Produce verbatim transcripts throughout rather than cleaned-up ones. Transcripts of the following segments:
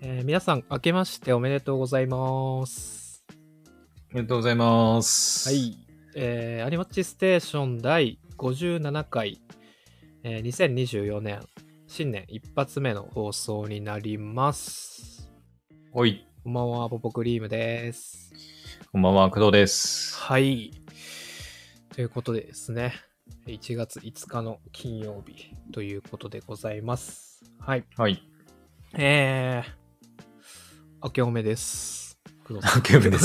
えー皆さん、明けましておめでとうございます。 おめでとうございます。 は。い。えーアニマッチステーションだいごじゅうななかい、えーにせんにじゅうよねん、新年一発目の放送になります。 おい。 こんばんは、ポポクリームです。 こんばんは、工藤です。 はい。ということでですね、いちがついつかの金曜日ということでございます。はい。 はい。 えー、明けおめです。工藤さん明けおめです。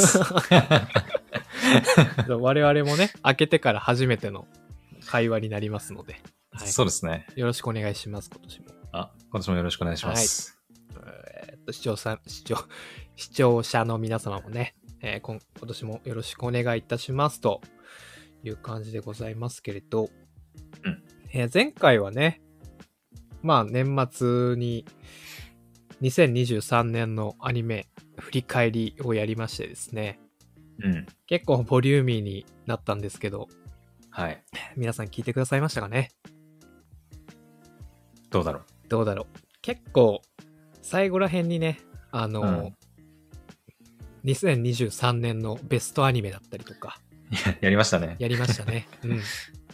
我々もね、開けてから初めての会話になりますので、はい、 そうですね。 よろしくお願いします、今年も。 あ、今年もよろしくお願いします。 はい。えーっと視聴者視聴視聴者の皆様もね、えー、今今年もよろしくお願いいたしますという感じでございますけれど、 うんえー前回はね、まあ年末ににせんにじゅうさんねんのアニメ振り返りをやりましてですね、 うん。 結構ボリューミーになったんですけど、 はい。 皆さん聞いてくださいましたかね？ どうだろう。 どうだろう。結構最後ら辺にね、あの、うん、にせんにじゅうさんねんのベストアニメだったりとかや、やりましたね。 やりましたね。うん。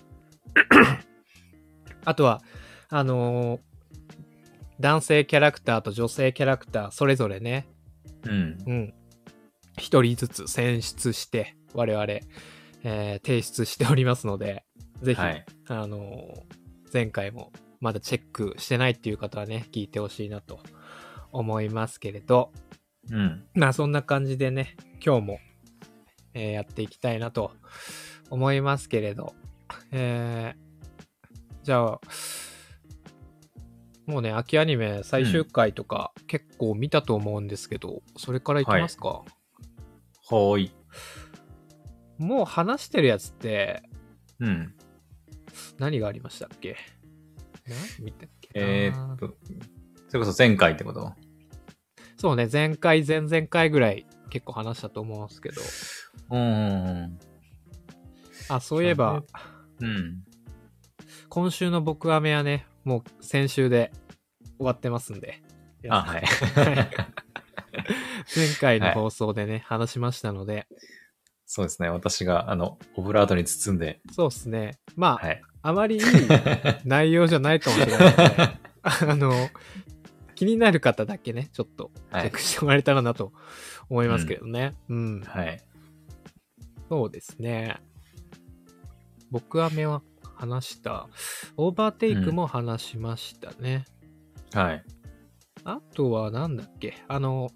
あとはあのー、男性キャラクターと女性キャラクターそれぞれね、 うん。 うん。一人ずつ選出して我々、えー、提出しておりますので、ぜひ、はい、あのー、前回もまだチェックしてないっていう方はね、聞いてほしいなと思いますけれど、 うん。 まあそんな感じでね、今日も、えー、やっていきたいなと思いますけれど、えー、じゃあ、もうね、秋アニメ最終回とか結構見たと思うんですけど、うん、それからいきますか？ はい。 もう話してるやつって、 うん。 何がありましたっけ？何見たっけな？ えー、っと、それこそ前回ってこと？ そうね、前回、前々回ぐらい結構話したと思うんですけど。 うん。 あ、そういえば、 うん。 今週の僕アメはね、もう先週で終わってますんで。 あ、はい。 前回の放送でね、はい、話しましたので。 そうですね。私が、あの、オブラートに包んで。 そうですね。まあ、 はい、 あまりいい内容じゃないかもしれないので、あの、気になる方だけね、ちょっとチェックしてもらえたらなと思いますけどね。うん。うん、 はい。 そうですね。僕アメは話した。オーバーテイクも話しましたね。 うん、はい。 あとはなんだっけ、あの、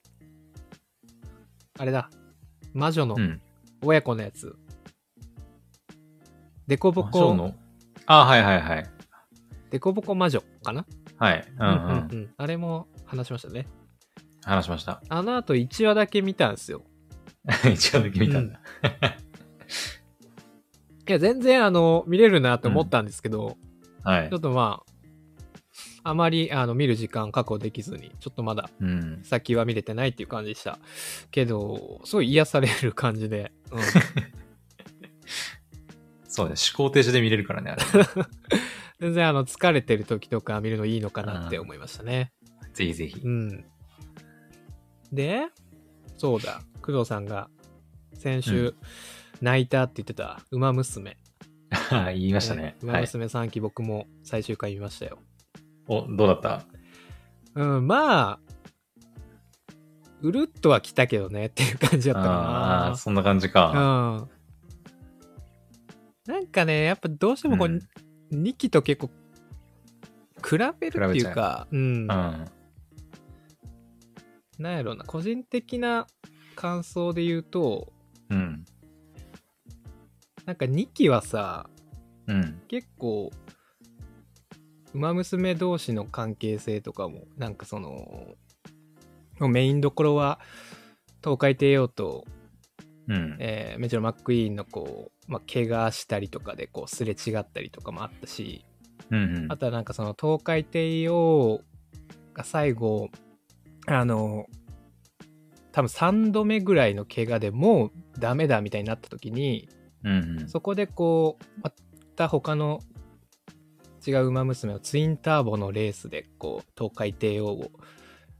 あれだ。魔女の親子のやつ。うん、デコボコ。魔女のあ、はいはいはい。 デコボコ魔女かな？ はい。うんうん。うんうんうん、 あれも話しましたね。 話しました。 あの後いちわだけ見たんですよ。 いちわだけ見たんだ。うん、 いや、全然あの、見れるなと思ったんですけど、うん、はい。ちょっとまあ、あまりあの見る時間確保できずに、ちょっとまだ先は見れてないっていう感じでした。うん、けど、すごい癒される感じで。うん、 そうね、思考停止で見れるからね、あれ。 全然あの疲れてる時とか見るのいいのかなって思いましたね。 ぜひぜひ。 うん。で、そうだ、工藤さんが先週、うん、泣いたって言ってたウマ娘。 言いましたね。 ウマ娘さんき、はい、僕も最終回見ましたよ。 お、どうだった？ うん、まあ、うるっとは来たけどねっていう感じだったかな。 ああ、そんな感じか。 うん。なんかね、やっぱどうしてもこう、うん、にきと結構比べるっていうか、ううん。うん。なんやろうな、個人的な感想で言うと、うん。なんかにきはさ、うん、結構、ウマ娘同士の関係性とかも、なんかその、メインどころは、東海帝王と、うんえー、メジロマックイーンのこう、まあ、怪我したりとかでこうすれ違ったりとかもあったし、うんうん、あとはなんかその東海帝王が最後あの多分さんどめぐらいの怪我でもうダメだみたいになった時に、うんうん、そこでこうまた他の違う馬娘のツインターボのレースでこう東海帝王を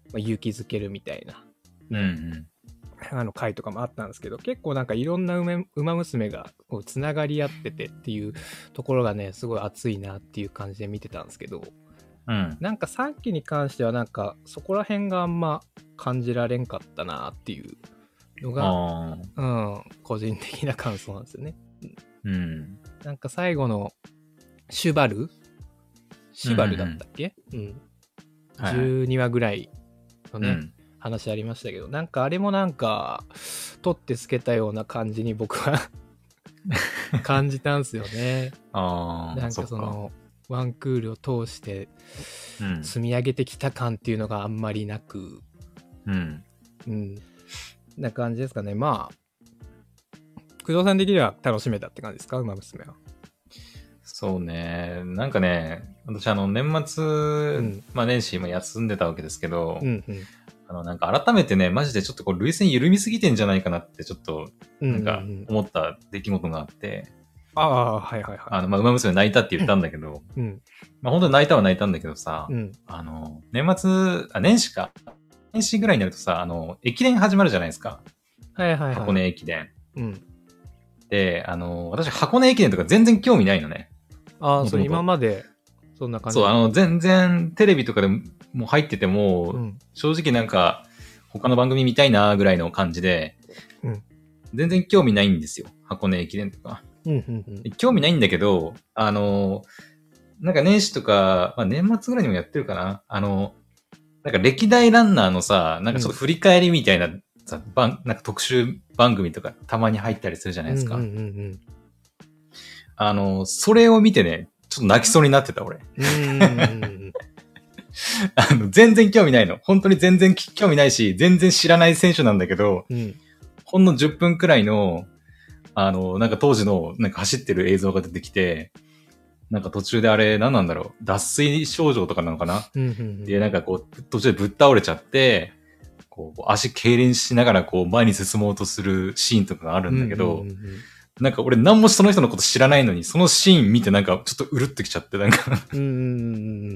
まあ、勇気づけるみたいな、 うんうん、 あの回とかもあったんですけど、結構なんかいろんな馬娘がこうつながり合っててっていうところがねすごい熱いなっていう感じで見てたんですけど、うん、なんかさんきに関してはなんかそこら辺があんま感じられんかったなっていうのが、うん、個人的な感想なんですよね。 うん、 なんか最後のシュバルシュバルだったっけ、うん、うん、じゅうにわぐらいのね、うん、話ありましたけど、なんかあれもなんか取ってつけたような感じに僕は感じたんすよね。 あなんかそのワンクールを通して積み上げてきた感っていうのがあんまりなく、 うん、 うん、な感じですかね。まあ工藤さん的には楽しめたって感じですか、馬娘は。 そうね、なんかね、私あの年末、うん、まあ年始今休んでたわけですけど、うんうん、あのなんか改めてね、マジでちょっとこう涙腺緩みすぎてんじゃないかなってちょっとなんか思った出来事があって、 うんうんうん、ああ、はいはいはい。 あの、まあ、馬娘泣いたって言ったんだけど、うん、まあ本当に泣いたは泣いたんだけどさ、うん、あの、年末、あ、年始か、年始ぐらいになるとさ、あの、駅伝始まるじゃないですか。 はいはいはい。 箱根駅伝。 うん。 で、あの、私箱根駅伝とか全然興味ないのね。 ああ、そう、今まで、そんな感じ。 そう、あの、全然テレビとかでもう入ってても、うん、正直なんか、他の番組見たいなぐらいの感じで、うん、全然興味ないんですよ。箱根駅伝とか。 うんうんうん、 興味ないんだけど、あの、なんか年始とか、まあ、年末ぐらいにもやってるかな。あの、なんか歴代ランナーのさ、なんかちょっと振り返りみたいなさ、うん、番なんか特集番組とかたまに入ったりするじゃないですか。うんうんうんうん、あの、それを見てね、ちょっと泣きそうになってた、俺。うんあの全然興味ないの。本当に全然興味ないし、全然知らない選手なんだけど、うん、ほんのじゅっぷんくらいの、あの、なんか当時のなんか走ってる映像が出てきて、なんか途中であれ何なんだろう、脱水症状とかなのかな、うんうんうん、で、なんかこう、途中でぶっ倒れちゃって、こう、足痙攣しながらこう前に進もうとするシーンとかがあるんだけど、うんうんうんうん、なんか俺何もその人のこと知らないのに、そのシーン見てなんかちょっとうるってきちゃって、なんかうん、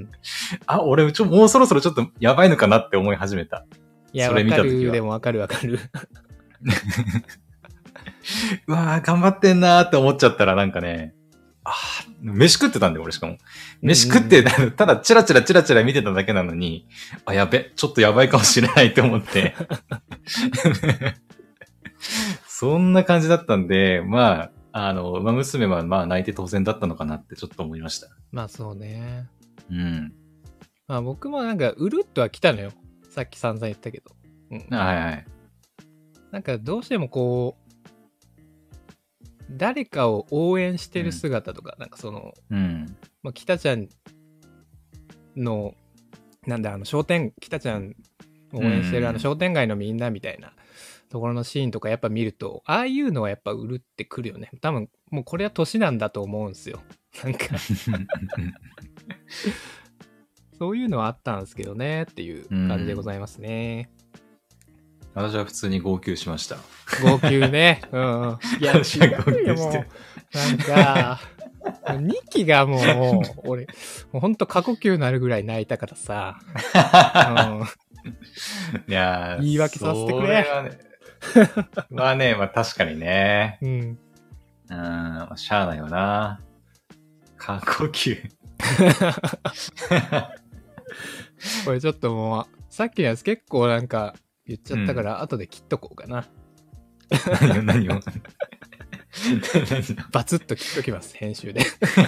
あ、俺ちょもうそろそろちょっとやばいのかなって思い始めた。 いや、それ見たときは。でもわかるわかる。 うわー頑張ってんなーって思っちゃったらなんかね、あ飯食ってたんだよ、俺しかも。飯食って、うんうん、ただチラチラチラチラ見てただけなのに、あ、やべ、ちょっとやばいかもしれないって思って。そんな感じだったんで、まあ、あの、馬娘はまあ泣いて当然だったのかなってちょっと思いました。 まあそうね。 うん。 まあ僕もなんかうるっとは来たのよ。さっき散々言ったけど。 うん、はいはい。 なんかどうしてもこう、誰かを応援してる姿とか、うん、なんかその、うん、まあ、北ちゃんの、なんだ、あの商店、北ちゃんを応援してるあの商店街のみんなみたいなところのシーンとかやっぱ見ると、ああいうのはやっぱうるってくるよね。多分、もうこれは年なんだと思うんですよ。なんかそういうのはあったんですけどねっていう感じでございますね。 私は普通に号泣しました。 号泣ね。うん。いや、私は号泣してる。なんか、にきがもう、俺、もうほんと過呼吸になるぐらい泣いたからさ。 うん、いや言い訳させてくれ。 それはね、まあね、まあ確かにね。うん。うん、まあ、しゃあないよな。過呼吸。 これちょっともう、さっきのやつ結構なんか、言っちゃったから、うん、後で切っとこうかな。 何を何をバツッと切っときます、編集で。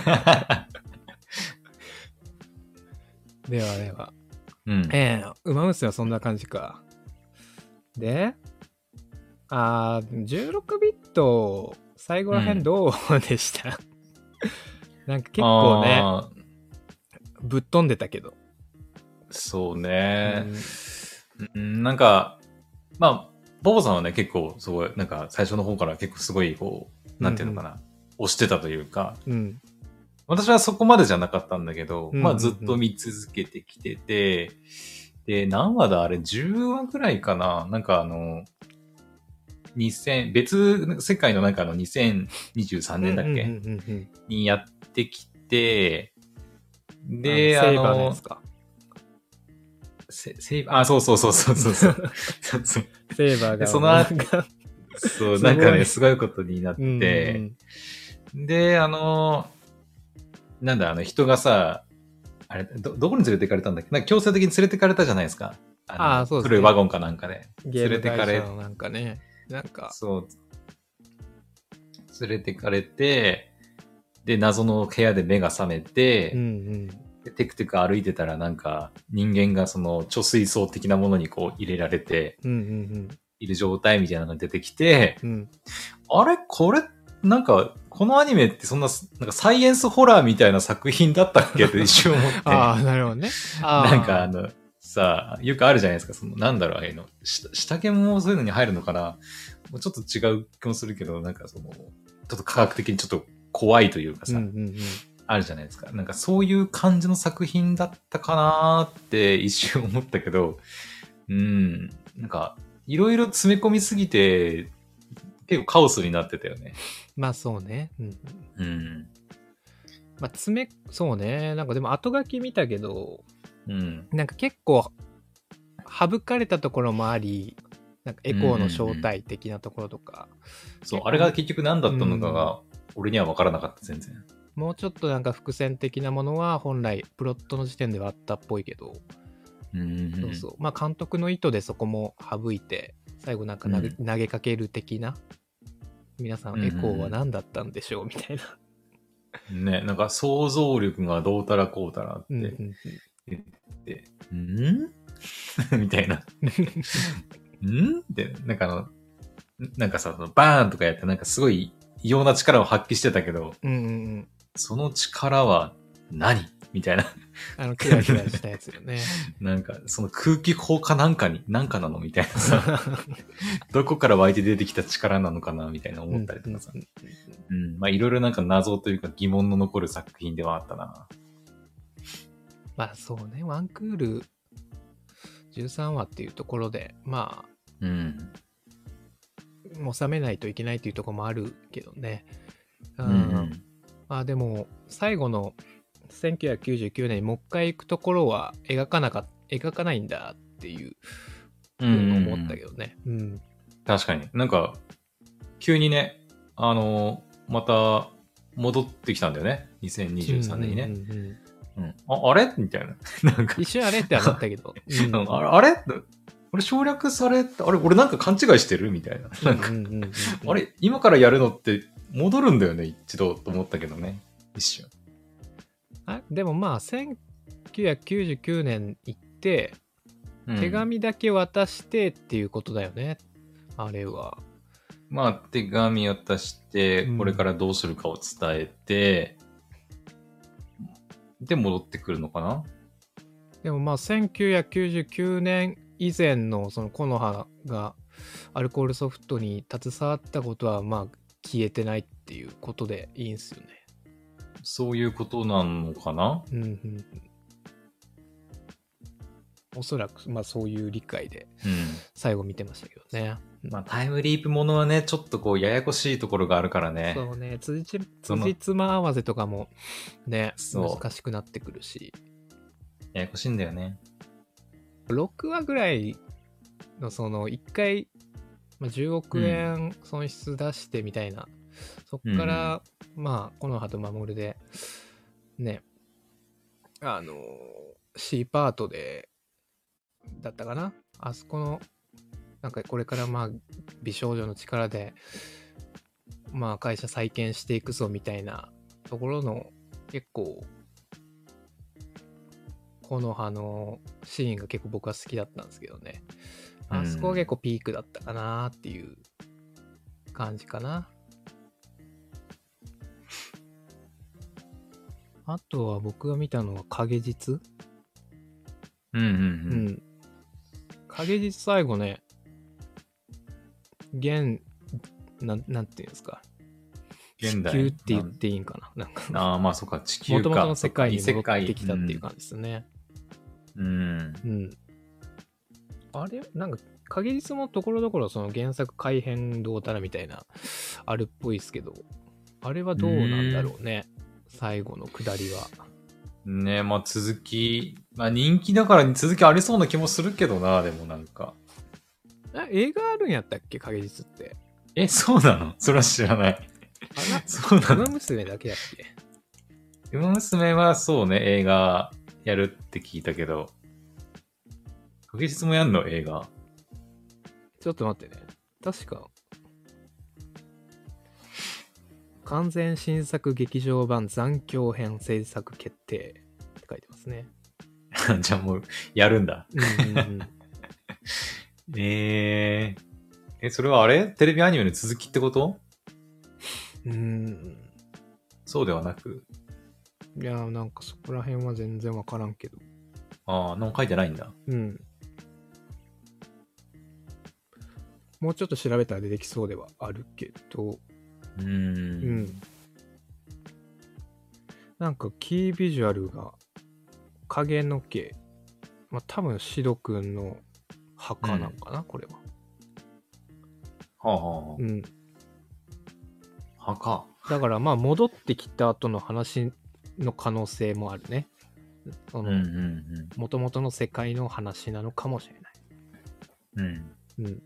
ではでは。うん、えー、馬娘はそんな感じか。で、あー、じゅうろくビット、最後ら辺どうでした、うん、なんか結構ね、ぶっ飛んでたけど。 そうね。うん、なんか、まあ、ボボさんはね、結構、すごい、なんか、最初の方から結構すごい、こう、なんていうのかな、うんうん、押してたというか、うん、私はそこまでじゃなかったんだけど、うんうんうん、まあ、ずっと見続けてきてて、で、何話だあれ、じゅうわぐらいかな、なんかあの、にせん、別世界のなんかのにせんにじゅうさんねんだっけ、うんうんうんうん、にやってきて、で、あの、 セイバーのやつか。 セセイバー、あ、そうそうそうそうそうそう。そうセイバーが。 その後、そう、なんかね、すごいことになって、 うんうん、で、あの、なんだ、あの人がさ、あれ、ど、どこに連れてかれたんだっけ？なんか強制的に連れてかれたじゃないですか。あの、ああ、そうですね。黒いワゴンかなんかで。 連れてかれ。なんかね、なんか。 そう。連れてかれて、で、謎の部屋で目が覚めて、うんうん、でテクテク歩いてたらなんか人間がその貯水槽的なものにこう入れられて、うんうんうん、いる状態みたいなのが出てきて、うん、あれこれなんかこのアニメってそんななんかサイエンスホラーみたいな作品だったっけって一瞬思って。 ああ、なるほどね。 なんかあの、さあ、よくあるじゃないですか。その、なんだろう、ああいうの。下、下着もそういうのに入るのかな？もうちょっと違う気もするけど、なんかその、ちょっと科学的にちょっと怖いというかさ、うんうんうん、あるじゃないですか。なんかそういう感じの作品だったかなーって一瞬思ったけど、うん、なんか、いろいろ詰め込みすぎて、結構カオスになってたよね。 まあそうね。うん。うん、まあ詰め、そうね。なんかでも後書き見たけど、うん、なんか結構、省かれたところもあり、なんかエコーの正体的なところとか。 うんうんうん、そう、あれが結局何だったのかが、俺には分からなかった、全然。 もうちょっとなんか伏線的なものは本来プロットの時点ではあったっぽいけど、うん、そうそう。まあ監督の意図でそこも省いて、最後なんか投げ、うん、投げかける的な、皆さんエコーは何だったんでしょうみたいな。 ね、なんか想像力がどうたらこうたらって言って、うん、うんみたいな。んって、なんかあの、なんかさ、バーンとかやってなんかすごい異様な力を発揮してたけど、うんうんうん、その力は何みたいな。 あの、キラキラしたやつよね。 なんか、その空気砲かなんかに、なんかなのみたいなさ。どこから湧いて出てきた力なのかなみたいな思ったりとかさ。うん、うん。まあ、いろいろなんか謎というか疑問の残る作品ではあったな。 まあ、そうね。ワンクールじゅうさんわっていうところで、まあ、うん。収めないといけないというところもあるけどね。うん。うん、まあ、でも、最後の、せんきゅうひゃくきゅうじゅうきゅうねんにもう一回行くところは描かなか描かないんだっていうふうに思ったけどね。うん、うん。 確かに。なんか、急にね、あのー、また戻ってきたんだよね。にせんにじゅうさんねんにね。うんうんうんうん、あ, あれみたいな。なんか一瞬あれってはなったけど。 うん、あれあれ俺省略された、あれ俺なんか勘違いしてるみたいな。なんか、うんうんうんうん、あれ今からやるのって戻るんだよね、一度と思ったけどね。一瞬。 あでもまあせんきゅうひゃくきゅうじゅうきゅうねん行って、うん、手紙だけ渡してっていうことだよね、あれは。 まあ手紙渡してこれからどうするかを伝えて、うん、で戻ってくるのかな。 でもまあせんきゅうひゃくきゅうじゅうきゅうねん以前のその木の葉がアルコールソフトに携わったことはまあ消えてないっていうことでいいんすよね。 そういうことなのかな？うんうん。 おそらく、まあそういう理解で、最後見てましたけどね。 うん、まあタイムリープものはね、ちょっとこうややこしいところがあるからね。 そうね、つじつま合わせとかもね、難しくなってくるし。 ややこしいんだよね。 ろくわぐらいのそのいっかい、まあ、じゅうおくえん損失出してみたいな。うん、そっから、うん、まあ、この葉と守で、ね、あの、C パートで、だったかな？あそこの、なんかこれからまあ、美少女の力で、まあ、会社再建していくぞみたいなところの、結構、この葉のシーンが結構僕は好きだったんですけどね。あそこが結構ピークだったかなっていう感じかな。あとは僕が見たのは影実。うんうんうん。うん。影実最後ね、現、なん、なんていうんですか。現代。地球って言っていいんかな。なんかああ、まあそっか、地球か。 もともとの世界に戻ってきたっていう感じですね。うん。うん。あれなんか、影実もところどころその原作改変どうたらみたいな、あるっぽいですけど、あれはどうなんだろうね。最後の下りは。 ねえ、まあ続き、まあ人気だから続きありそうな気もするけどな、でもなんか。 あ、映画あるんやったっけ影実って。 え、そうなの？それは知らない。 あな、 そうなの？ 馬娘だけやっけ？ 馬娘はそうね、映画やるって聞いたけど。確実もやんの映画。 ちょっと待ってね。確か、完全新作劇場版残響編制作決定って書いてますね。 じゃあもう、やるんだ。 うんうんうん、 えー。え、それはあれテレビアニメの続きってこと？ うーん。 そうではなく。 いやーなんかそこら辺は全然わからんけど。 ああ、何も書いてないんだ。 うん。もうちょっと調べたら出てきそうではあるけど。 うーん。うん。 なんかキービジュアルが影の毛。まあ多分シドくんの墓なんかな、うん、これは。 はあはあ。 うん。 墓。だからまあ戻ってきた後の話の可能性もあるね。その、元々の世界の話なのかもしれない。うん。うん。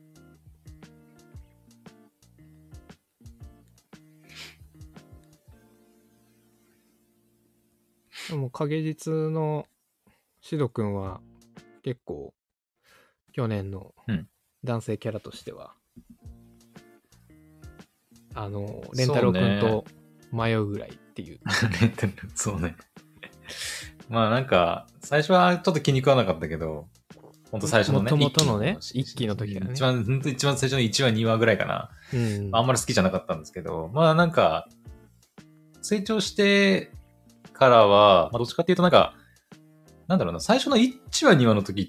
でも影実のシドくんは結構去年の男性キャラとしては、うん、あのレンタロウくんと迷うぐらいっていう。 レンタロウ、そうね。まあなんか最初はちょっと気に食わなかったけど、ほんと最初のね、 もともとのね、一期の時はね。 一番、ほんと一番最初のいちわ、にわぐらいかな。うん、あんまり好きじゃなかったんですけど、まあなんか、成長してからは、まあどっちかっていうとなんか、なんだろうな、最初のいちわ、にわの時って、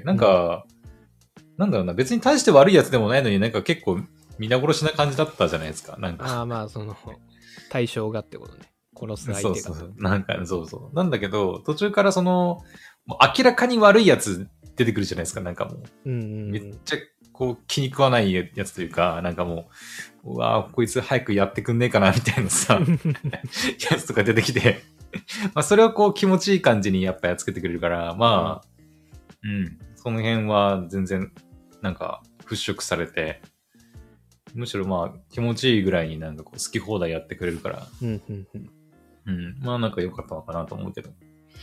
なんか、うん、なんだろうな、別に大して悪いやつでもないのになんか結構皆殺しな感じだったじゃないですか、なんか。 ああ、まあその、対象がってことね。殺す相手が。 そうそう。なんか、そうそう。なんだけど、途中からその、もう明らかに悪いやつ出てくるじゃないですか、なんかもう。うんうん、めっちゃ、こう、気に食わないやつというか、なんかもう、うわぁ、こいつ早くやってくんねえかな、みたいなさ、やつとか出てきて、まあ、それをこう、気持ちいい感じにやっぱやっつけてくれるから、まあ、うん、うん、その辺は全然、なんか、払拭されて、むしろまあ、気持ちいいぐらいになんかこう、好き放題やってくれるから、うんうんうんうん。まあなんか良かったのかなと思うけど。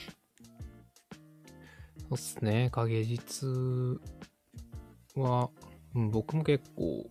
そうっすね。影実は、うん、僕も結構、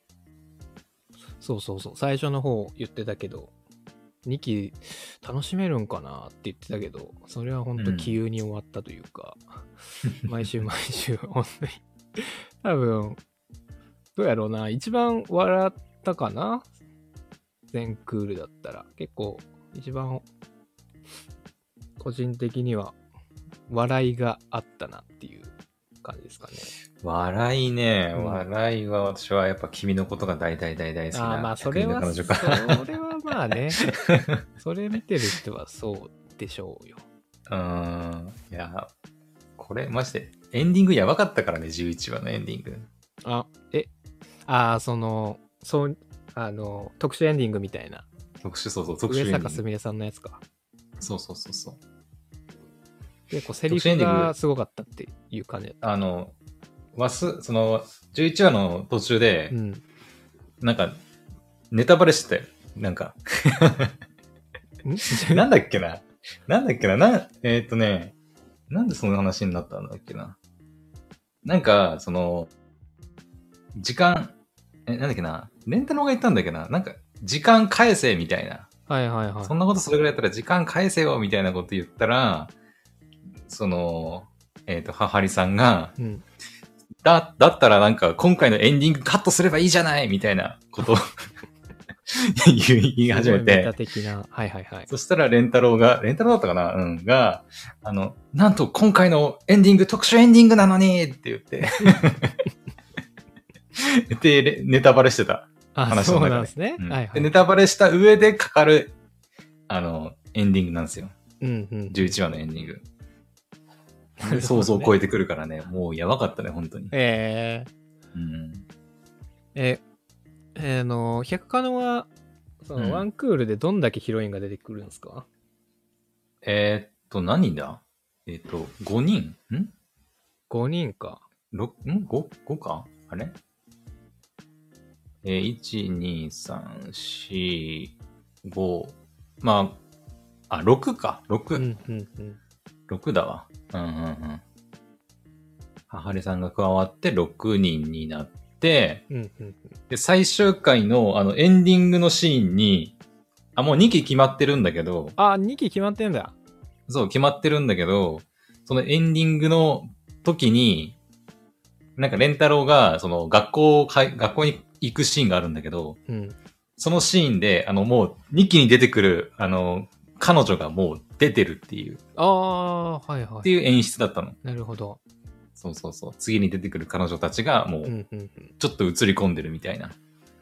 そうそうそう。最初の方言ってたけど、にき楽しめるんかなって言ってたけど、それは本当気憂に終わったというか、うん、毎週毎週、本当に。多分、どうやろうな。一番笑ったかな全クールだったら。結構、一番個人的には笑いがあったなっていう感じですかね。 笑いね、うん、笑いは私はやっぱ君のことが大大大大好きな。 あまあそれは、それはまあね、それ見てる人はそうでしょうよ。 うーん、いや、これマジでエンディングやばかったからね、じゅういちわのエンディング。 あ、え、ああ、その、そう、あの、特殊エンディングみたいな。 特殊、そうそう、特殊エンディング。 上坂すみれさんのやつか。 そうそうそうそう。 結構セリフがすごかったっていう感じだった。 あの、わす、その、じゅういちわの途中で、うん、なんか、ネタバレしてたよ。なんか。なんだっけななんだっけなな、えー、っとね、なんでその話になったんだっけななんか、その、時間、え、なんだっけなレンタロウが言ったんだっけななんか、時間返せみたいな。 はいはいはい。 そんなことそれぐらいやったら時間返せよみたいなこと言ったら、その、えっ、ー、と、ははりさんが、うん、だ、だったらなんか今回のエンディングカットすればいいじゃないみたいなことを言い始めて。 メタ的な。はいはいはい。 そしたらレンタロウが、レンタロウだったかなうん。が、あの、なんと今回のエンディング特殊エンディングなのにって言って。で、ネタバレしてた。 話の中で。そうなんですね、 うんはいはい。 で。ネタバレした上でかかる、あの、エンディングなんですよ。 うんうん。 じゅういちわのエンディング。想像を超えてくるからね、もうやばかったね、本当に。 えー、うん。 え、えー、の、百花のは、その、ワンクールでどんだけヒロインが出てくるんですか？ えー、っと、何人だえっ、ー、と、ごにんん ?ご 人か。 ろく、ん ?ご、ごかあれえー、いち、に、さん、し、ご、まあ、あ、ろくか。ろく。 うんうんうん。 ろくだわ。うんうんうん。ははりさんが加わってろくにんになって、 うんうんうん、 で、最終回のあのエンディングのシーンに、あ、もうにき決まってるんだけど。 あ、にき決まってんだ。 そう、決まってるんだけど、そのエンディングの時に、なんかレンタロウが、その学校をかい、学校に行くシーンがあるんだけど、 うん、 そのシーンで、あのもうにきに出てくる、あの、彼女がもう出てるっていう。 ああ、はいはい。 っていう演出だったの。 なるほど。 そうそうそう。次に出てくる彼女たちがもう、ちょっと映り込んでるみたいな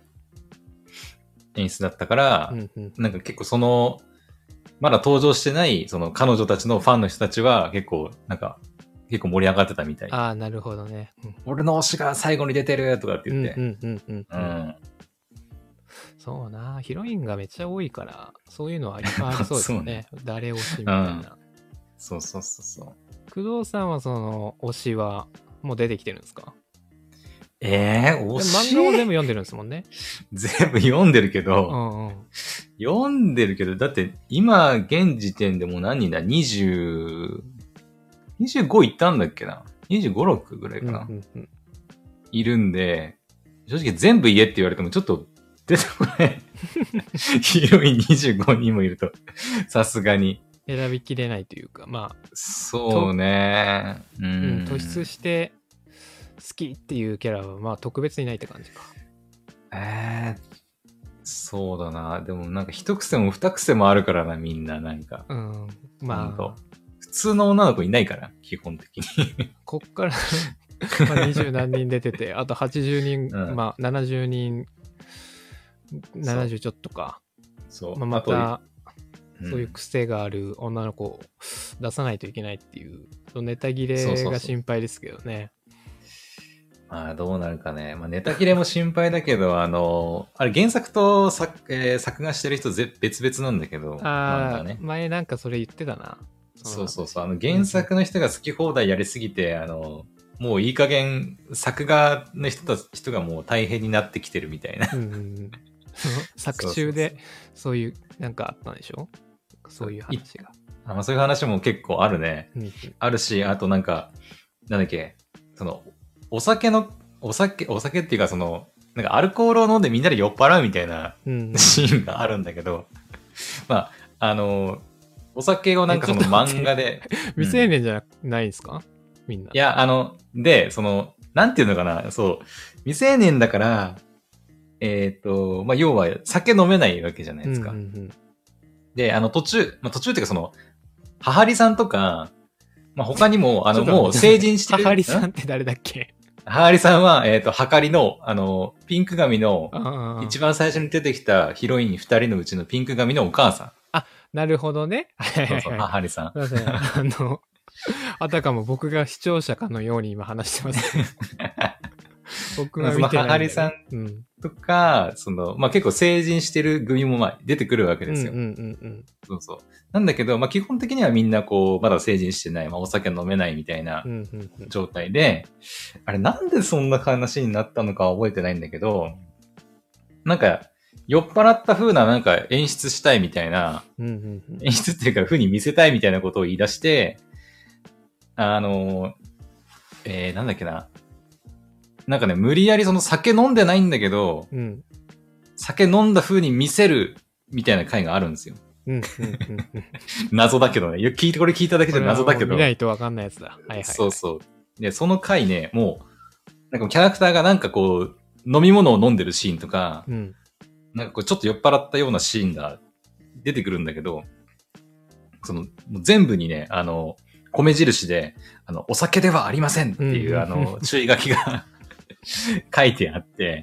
演出だったから、 うんうん、 なんか結構その、まだ登場してない、その彼女たちのファンの人たちは結構、なんか、結構盛り上がってたみたい。 ああ、なるほどね。 うん、俺の推しが最後に出てるとかって言って。 うんうんうんうん。うん、そうな、ヒロインがめっちゃ多いから、そういうのはいっぱいありそうですよね。ね誰推しみたいな、うん。 そうそうそうそう。 工藤さんはその推しはもう出てきてるんですか？ ええー、推し漫画も全部読んでるんですもんね。 全部読んでるけど、 うんうん、 読んでるけど、だって今現時点でもう何人だ ?にじゅう、にじゅうごいったんだっけな ?にじゅうご、ろくぐらいかな、うんうんうん、いるんで、正直全部言えって言われてもちょっと出てこない。ヒロインにじゅうごにんもいると、さすがに。 選びきれないというか、まあ。 そうね。 うん。うん、突出して好きっていうキャラは、まあ特別にないって感じか。 えー、そうだな。でもなんか一癖も二癖もあるからな、みんななんか。 うん。まあ。 普通の女の子いないから、基本的に。 こっからまあ二十何人出てて、あとはちじゅうにん、うん、まあななじゅうにん、ななじゅうちょっとか。 そう。 まあ、また、そういう癖がある女の子を出さないといけないっていう、うん、ネタ切れが心配ですけどね。そうそうそうまあどうなるかね。まあネタ切れも心配だけど、あの、あれ原作と作、えー、作画してる人ぜ別々なんだけど、 ああ、ね、前なんかそれ言ってたな。 そうそうそう。あの原作の人が好き放題やりすぎて、うん、あの、もういい加減、作画の人た人がもう大変になってきてるみたいな。うん、 作中でそういうなんかあったんでしょ？そういう話が。 あ、まあ、そういう話も結構あるね。うん、あるし、あとなんか、なんだっけ、その、お酒の、お酒、お酒っていうかその、なんかアルコールを飲んでみんなで酔っ払うみたいなシーンがあるんだけど、うんうん、まあ、あの、お酒をなんかその漫画で。 未成年じゃないですか、みんな。 いや、あの、で、その、なんていうのかな、そう、未成年だから、えっ、ー、と、まあ、要は酒飲めないわけじゃないですか。うんうんうん、で、あの、途中、まあ、途中っていうかその、ははりさんとか、まあ、他にも、あの、もう成人してる。 ははりさんって誰だっけ？ ははりさんは、えっ、ー、と、はかりの、あの、ピンク髪の、一番最初に出てきたヒロイン二人のうちのピンク髪のお母さん。 あ、なるほどね。 そうそう、ははりさん。 あの、あたかも僕が視聴者かのように今話してます。僕が見てないんだ、ね。 ははりさんとか、うん、その、まあ、結構成人してる組もまあ出てくるわけですよ。うんうんうんうん、そうそう。なんだけど、まあ、基本的にはみんなこう、まだ成人してない、まあ、お酒飲めないみたいな状態で、うんうんうん、あれなんでそんな話になったのかは覚えてないんだけど、なんか、酔っ払った風ななんか演出したいみたいな、うんうんうん、演出っていうか風に見せたいみたいなことを言い出して、あの、えー、なんだっけな。なんかね、無理やりその酒飲んでないんだけど、うん、酒飲んだ風に見せるみたいな回があるんですよ。うんうんうんうん、謎だけどね。聞いて、これ聞いただけじゃ謎だけど。 見ないとわかんないやつだ。はいはいはい、 そうそう。で、その回ね、もう、なんかキャラクターがなんかこう、飲み物を飲んでるシーンとか、うん、なんかこうちょっと酔っ払ったようなシーンが出てくるんだけど、その、もう全部にね、あの、米印で、あの、お酒ではありませんっていう、うん、あの、注意書きが書いてあって、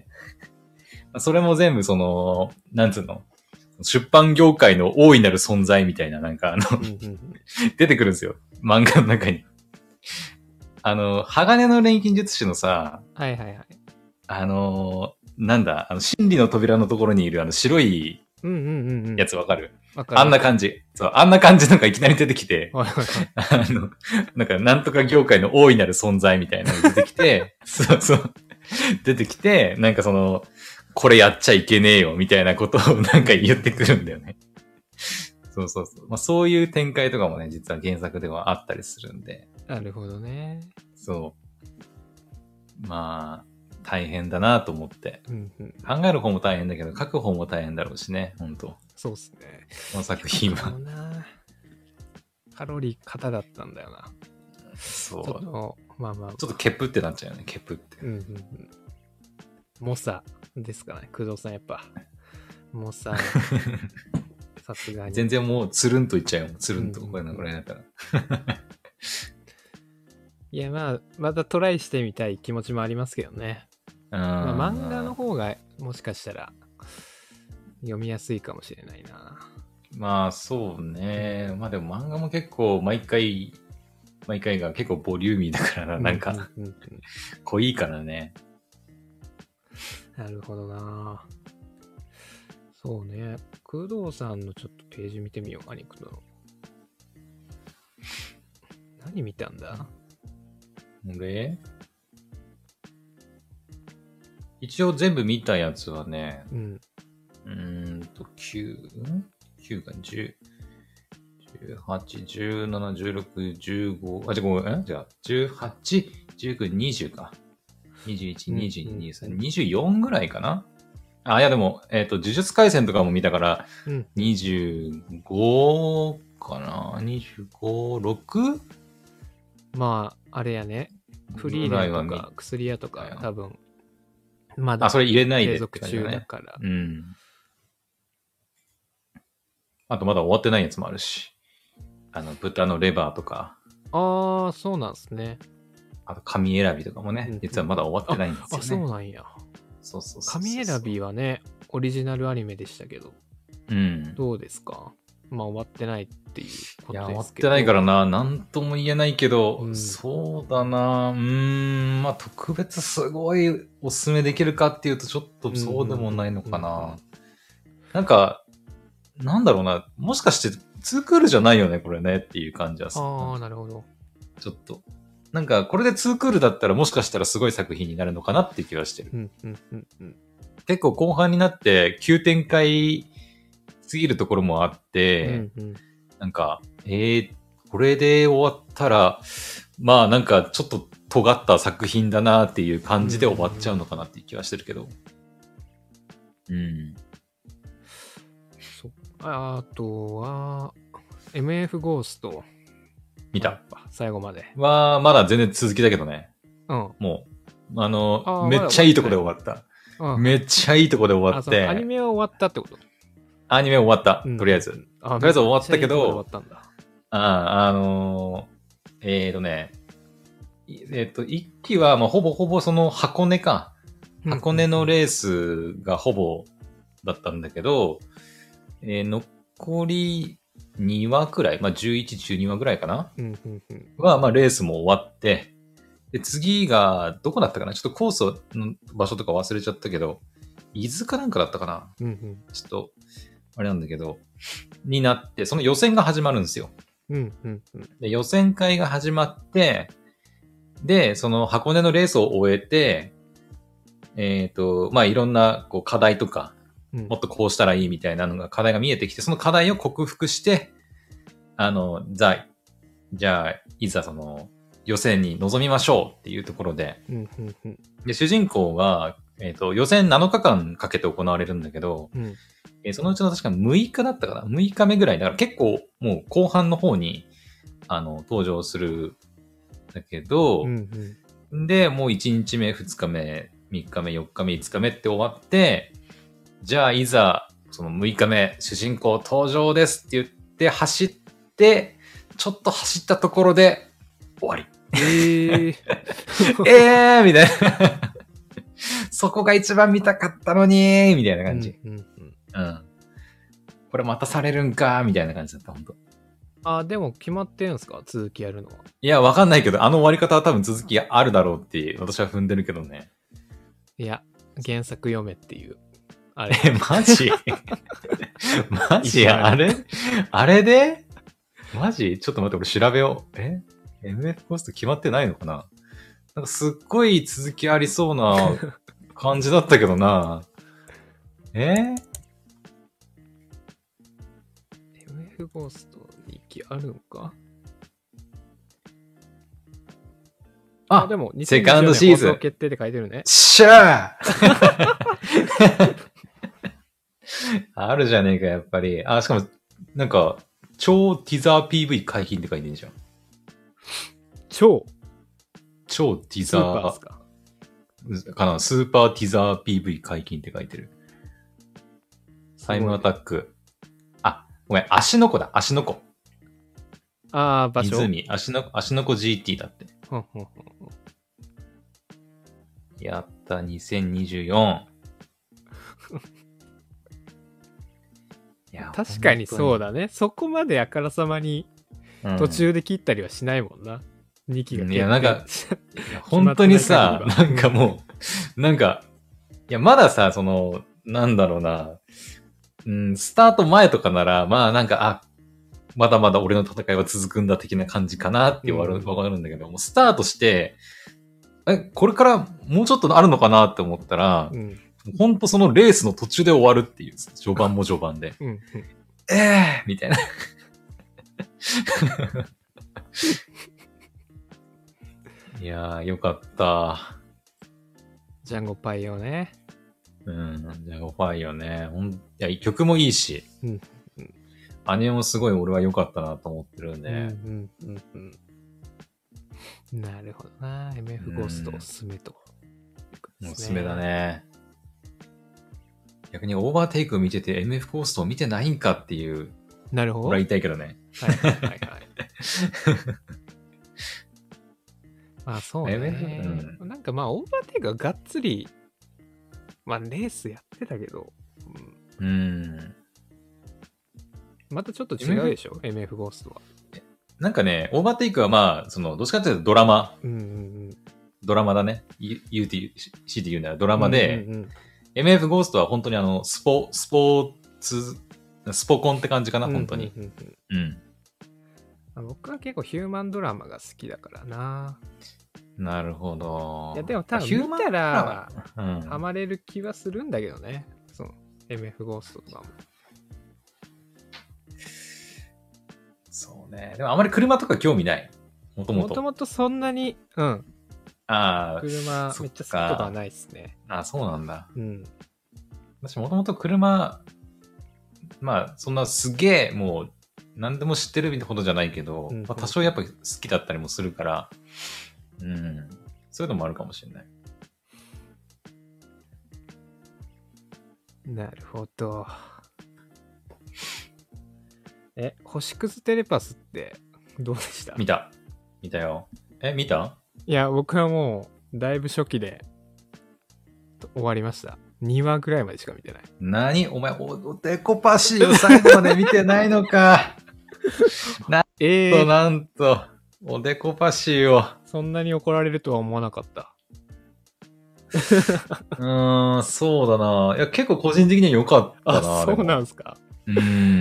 それも全部その、なんつうの、出版業界の大いなる存在みたいな、なんかあの、出てくるんですよ。漫画の中に。あの、鋼の錬金術師のさ、 はいはいはい。 あの、なんだ、あの、真理の扉のところにいるあの白いうんうんうんうん。 やつわかる？ わかる。 あんな感じ。そう、あんな感じなんかいきなり出てきて、 はいはいはい。 あの、なんかなんとか業界の大いなる存在みたいなのが出てきて、そうそう。出てきて、なんかその、これやっちゃいけねえよみたいなことをなんか言ってくるんだよね。そうそうそう。まあそういう展開とかもね、実は原作ではあったりするんで。 なるほどね。 そう。まあ、大変だなと思って、 うんうん。 考える方も大変だけど、書く方も大変だろうしね、本当そうっすね。 この作品は。 カロリー型だったんだよな。 そう。 ちょっと、まあまあ、まあ。 ちょっとケプってなっちゃうよね、ケプって。 うんうんうん。猛者ですかね、工藤さんやっぱ。猛者。さすがに。 全然もうつるんといっちゃうよ。つるんと。これのぐらいだから。いや、まあ、またトライしてみたい気持ちもありますけどね。まあ、漫画の方がもしかしたら読みやすいかもしれないな。 まあ、そうね。まあでも漫画も結構毎回、毎回が結構ボリューミーだからな。なんか、濃いからね。 なるほどな。そうね。工藤さんのちょっとページ見てみよう、アニクトの。何見たんだ？ 俺一応全部見たやつはね、うん。うーんと、きゅう、きゅうかじゅう、じゅうはち、じゅうなな、じゅうろく、じゅうご、あ、じゃあごめん、えじゃあ、じゅうはち、じゅうきゅう、にじゅうか。にじゅういち、にじゅうに、にじゅうさん、にじゅうよんぐらいかな。あ、いやでも、えっと、呪術廻戦とかも見たから、うん、にじゅうごかな ?にじゅうご、ろく? まあ、あれやね。フリーレンとか薬屋とか多分、まだあ、それ入れないで継続中だから。 うん。あとまだ終わってないやつもあるし。あの、豚のレバーとか。 ああ、そうなんですね。 あと、紙選びとかもね、うん、実はまだ終わってないんですよね。 あ、あそうなんや。 そうそうそうそう。 紙選びはね、オリジナルアニメでしたけど。うん。どうですか？まあ終わってないっていうことですけど。いや、 終わってないからな、なんとも言えないけど、うん、そうだな、うーん、まあ特別すごいおすすめできるかっていうとちょっとそうでもないのかな。なんか、なんだろうな、もしかしてツークールじゃないよね、これねっていう感じはする。 ああ、なるほど。 ちょっと。なんか、これでツークールだったらもしかしたらすごい作品になるのかなっていう気はしてる。うんうんうんうん、結構後半になって急展開すぎるところもあって、うんうん、なんか、えー、これで終わったら、まあなんかちょっと尖った作品だなっていう感じで終わっちゃうのかなっていう気はしてるけど。うん、うん。 そあとは、エムエフ ゴースト。 見た。 最後まで。 は、まだ全然続きだけどね。うん。もう、あの、あめっちゃいいとこで終わった。うん、めっちゃいいとこで終わって。 アニメは終わったってこと？ アニメ終わった。とりあえず。うん、とりあえず終わったけど、 終わったんだ。 あ、あのー、えーとね、えっ、ー、と、一期は、まあ、ほぼほぼその箱根か。箱根のレースがほぼだったんだけど、えー、残りにわくらい、まあ、じゅういち、じゅうにわぐらいかな、うんうんうん、は、まあ、レースも終わって、で、次が、どこだったかなちょっとコースの場所とか忘れちゃったけど、伊豆かなんかだったかな、うんうん、ちょっと、あれなんだけど、になって、その予選が始まるんですよ。うんうんうん、で予選会が始まって、で、その箱根のレースを終えて、えっ、ー、と、まあ、いろんなこう課題とか、もっとこうしたらいいみたいなのが課題が見えてきて、その課題を克服して、あの、ざ、じゃあ、いざその予選に臨みましょうっていうところで、うんうんうん、で主人公が、えっ、ー、と、予選なのかかんかけて行われるんだけど、うんえー、そのうちの確かむいかだったかな ?むいかめぐらいだから結構もう後半の方に、あの、登場するだけど、うんうん、で、もういちにちめ、ふつかめ、みっかめ、よっかめ、いつかめって終わって、じゃあいざ、そのむいかめ、主人公登場ですって言って走って、ちょっと走ったところで終わり。えー、えーみたいな。そこが一番見たかったのにみたいな感じ。うん、うんうん、これまたされるんかみたいな感じだった、ほんと。あ、でも決まってるんすか続きやるのは。いや、わかんないけど、あの終わり方は多分続きあるだろうって私は踏んでるけどね。いや、原作読めっていう。 あれ。 え、マジマジあれあれでマジちょっと待って、俺調べよう。え ?エムエフ コースト決まってないのかな。なんかすっごい続きありそうな感じだったけどな。えエムエフ ゴーストにきあるんか。 あ、 でもセカンドシーズン放送決定で書いてるね。 しゃーあるじゃねえか、やっぱり。あ、しかも、なんか、超ティザー ピーブイ 解禁って書いてるじゃん。 超超ティザスーパーっすーか。 かな、スーパーティザー ピーブイ 解禁って書いてる。タイムアタック。あ、ごめん、足の子だ、足の子。 ああ、場所。 湖、足の、足の子 ジーティー だって。 ほんほんほんやった、にせんにじゅうよん。いや確かにそうだね。そこまであからさまに途中で切ったりはしないもんな。うん、にきが決定。 いや、なんか、本当にさ、なんかもう、なんか、いや、まださ、その、なんだろうな、うん、スタート前とかなら、まあなんか、あ、まだまだ俺の戦いは続くんだ的な感じかなってわかる、わかるんだけど、もうスタートして、え、これからもうちょっとあるのかなって思ったら、うん、ほんとそのレースの途中で終わるっていう、序盤も序盤で。うんうん、ええーみたいな。いやー、よかった。 ジャンゴパイオね。 うん、ジャンゴパイオね。ほん、いや、曲もいいし、うんうん、アニメもすごい俺は良かったなと思ってるんで。うんうんうんうん、なるほどな。エムエフ ゴーストおすすめと、 うん。おすすめだね。逆にオーバーテイクを見てて エムエフ ゴーストを見てないんかっていう。 なるほど。 俺は言いたいけどね。 はいはいはいはい。まあそうね、エムエフうん。なんかまあオーバーテイクはがっつり、まあレースやってたけど。うん。うんまたちょっと違うでしょ エムエフ ゴーストは。 なんかね、オーバーテイクはまあ、その、どっちかっていうとドラマ。うんうんうん、ドラマだね。言うて、強いて言うならドラマで、うんうんうん、エムエフ ゴーストは本当にあの、スポ、スポーツ、スポコンって感じかな、本当に。うん、うんうんうん。僕は結構ヒューマンドラマが好きだからな。 なるほど。 いや、でも多分見たら、ハマれる気はするんだけどね。その、エムエフ ゴーストとかも。 そうね。でもあまり車とか興味ない。もともと。 もともとそんなに、うん。 ああ。 車めっちゃ好きとかはないっすね。 ああ、そうなんだ。うん。私もともと車、まあ、そんなすげえ、もう、何でも知ってるみたいなことじゃないけど、うんうん、まあ、多少やっぱ好きだったりもするから、うん。そういうのもあるかもしれない。 なるほど。え、星屑テレパスってどうでした？ 見た。見たよ。え、見た？ いや、僕はもう、だいぶ初期で終わりました。にわぐらいまでしか見てない。 何お前、おでこパシーを最後まで見てないのか。なんと、えー、なんと、おでこパシーを。 そんなに怒られるとは思わなかった。 うーん、そうだな。いや、結構個人的には良かったな。 あ、そうなんすか。うん。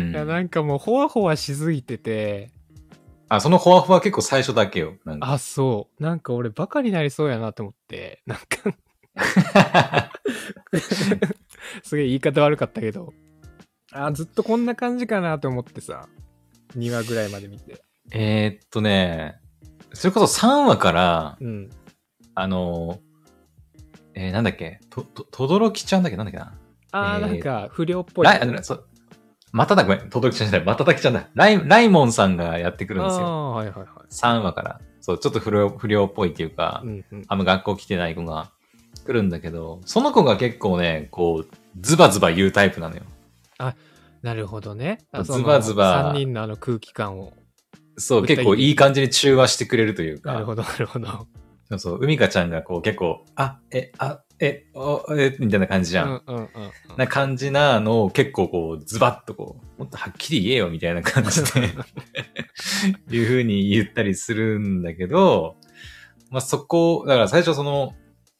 いや、なんかもう、ほわほわしすぎてて。 あ、そのほわほわ結構最初だけよ。 なんかあ、そう。なんか俺、バカになりそうやなと思って、なんか。すげえ言い方悪かったけど。あ、ずっとこんな感じかなと思ってさ。にわぐらいまで見て。 えー、っとね、それこそさんわから、うん、あの、えー、なんだっけと、と、とどろきちゃんだっけなんだっけなあー、えー、なんか、不良っぽい。 ライ、そまただ、ごめん、とどろきちゃんじゃない、またたきちゃんだ。ライ、ライモンさんがやってくるんですよ。 あはいはいはい。 さんわから。そう、ちょっと不良、不良っぽいっていうか、うんうん、あんま学校来てない子が来るんだけど、その子が結構ね、こう、ズバズバ言うタイプなのよ。 あ、なるほどね。 ズバズバ。 さんにんのあの空気感を。 そう、結構いい感じに中和してくれるというか。 なるほど、なるほど。 そうそう、海香ちゃんがこう結構、あ、え、あ、え、お、え、みたいな感じじゃん。うんうんうん、うん。な感じなのを結構こう、ズバッとこう、もっとはっきり言えよみたいな感じで、いう風に言ったりするんだけど、まあそこ、だから最初その、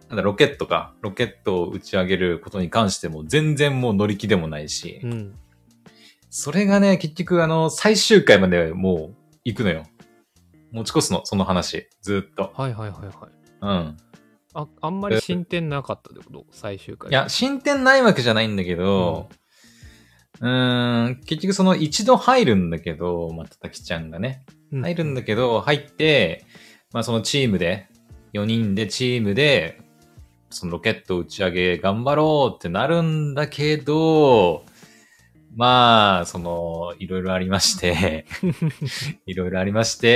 なんだロケットか、ロケットを打ち上げることに関しても全然もう乗り気でもないし、うん、それがね、結局あの、最終回までもう行くのよ。持ち越すの、その話、ずっと。 はいはいはいはい。 うん。 あ、あんまり進展なかったってこと最終回。 いや、進展ないわけじゃないんだけど、うん、うーん結局その一度入るんだけど、またたきちゃんがね。入るんだけど、入って、まあそのチームで、よにんでチームで、そのロケット打ち上げ頑張ろうってなるんだけど、まあ、その、いろいろありまして、いろいろありまして、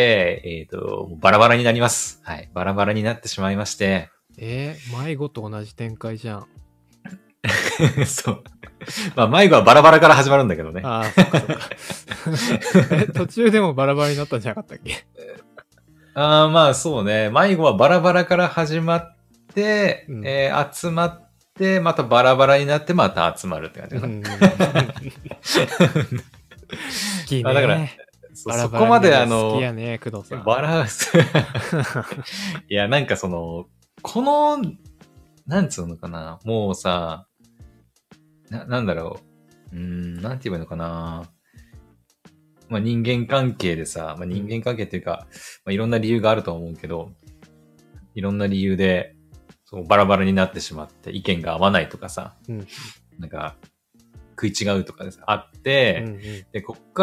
えっ、ー、と、バラバラになります。はい。バラバラになってしまいまして。 えー、迷子と同じ展開じゃん。 そう。まあ、迷子はバラバラから始まるんだけどね。 ああ、そっかそっか。え、途中でもバラバラになったんじゃなかったっけ？ ああ、まあそうね。迷子はバラバラから始まって、うん、えー、集まって、またバラバラになってまた集まるって感じかな。うん、好きね。 だからそ、 バラバラそこまであの、 好きやね、工藤さん。 バランス。いや、なんかその、この、なんつうのかな、もうさ、な、なんだろう。うーん、なんて言えばいいのかな。まあ人間関係でさ、まあ人間関係っていうか、まあいろんな理由があると思うけど、いろんな理由で、そうバラバラになってしまって意見が合わないとかさ、うん、なんか食い違うとかですあって、うんうん、で、こっから、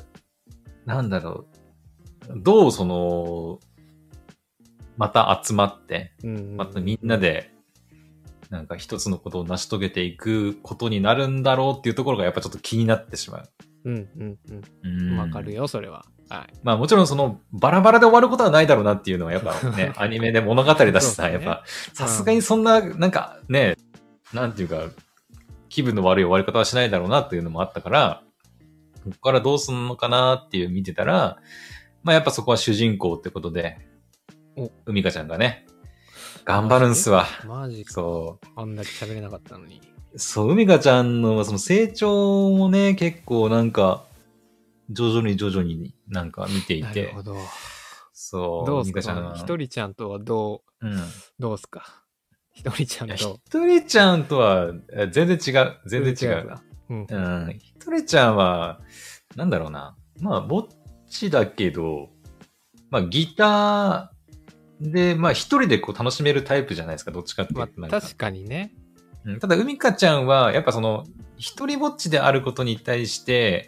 なんだろう、どうその、また集まって、うんうんうん、またみんなで、なんか一つのことを成し遂げていくことになるんだろうっていうところがやっぱちょっと気になってしまう。 うんうんうん。わかるよ、それは。はい。 まあもちろんそのバラバラで終わることはないだろうなっていうのはやっぱね、アニメで物語だしさ、ね、やっぱさすがにそんな、なんかね、なんていうか、気分の悪い終わり方はしないだろうなっていうのもあったから、ここからどうすんのかなっていう見てたら、まあやっぱそこは主人公ってことで、お、海香ちゃんがね、頑張るんすわ。 マジか。 そう。 あんだけ喋れなかったのに。 そう、海香ちゃんのその成長もね、結構なんか、徐々に徐々になんか見ていて。 なるほど。 そう。 どうすかひとりちゃんとはどう、うん、どうすかひとりちゃんと。 ひとりちゃんとは全然違う。全然違う。うん。うん。ひとりちゃんは、なんだろうな。まあ、ぼっちだけど、まあ、ギターで、まあ、一人でこう楽しめるタイプじゃないですか。どっちかっていうと。 まあ、確かにね。 うん、ただ、海香ちゃんは、やっぱその、一人ぼっちであることに対して、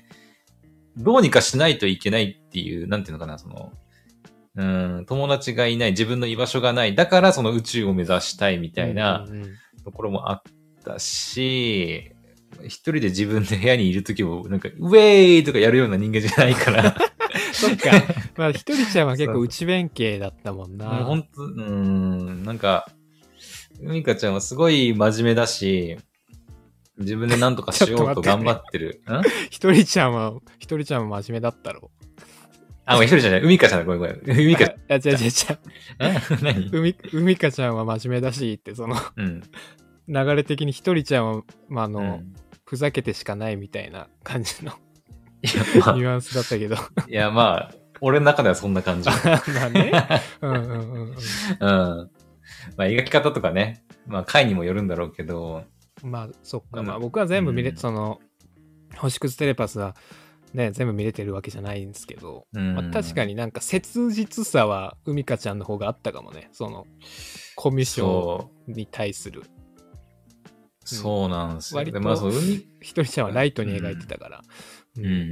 どうにかしないといけないっていう、なんていうのかな、その、うん、友達がいない、自分の居場所がない、だからその宇宙を目指したいみたいなところもあったし、うんうん、一人で自分で部屋にいるときも、なんか、ウェーイとかやるような人間じゃないから。 そっか。まあ、ひとりちゃんは結構内弁慶だったもんな。 もうほんと、うん、なんか、海香ちゃんはすごい真面目だし、自分で何とかしようと頑張ってる。 ひとりちゃんは、ひとりちゃんは真面目だったろ。 あ、もう一人じゃない。海香ちゃんだ。ごめんごめん。海香ちゃん。いや、違う違う違う。何海、海香ちゃんは真面目だしって、その、うん、流れ的にひとりちゃんは、まあ、あの、うん、ふざけてしかないみたいな感じのいや、まあ、ニュアンスだったけど。 いや、まあ、俺の中ではそんな感じ。まあね。うんうんうんうん。うん。 まあ、描き方とかね、まあ、回にもよるんだろうけど。 まあ、そっか。まあ、僕は全部見れ、うん、その、星屑テレパスは、ね、全部見れてるわけじゃないんですけど、うんまあ、確かになんか切実さは海香ちゃんの方があったかもね。その、コミュ障に対する。 そうなんですよ。 割と、まあ、その海ひとりちゃんはライトに描いてたから。 うん。うんうん、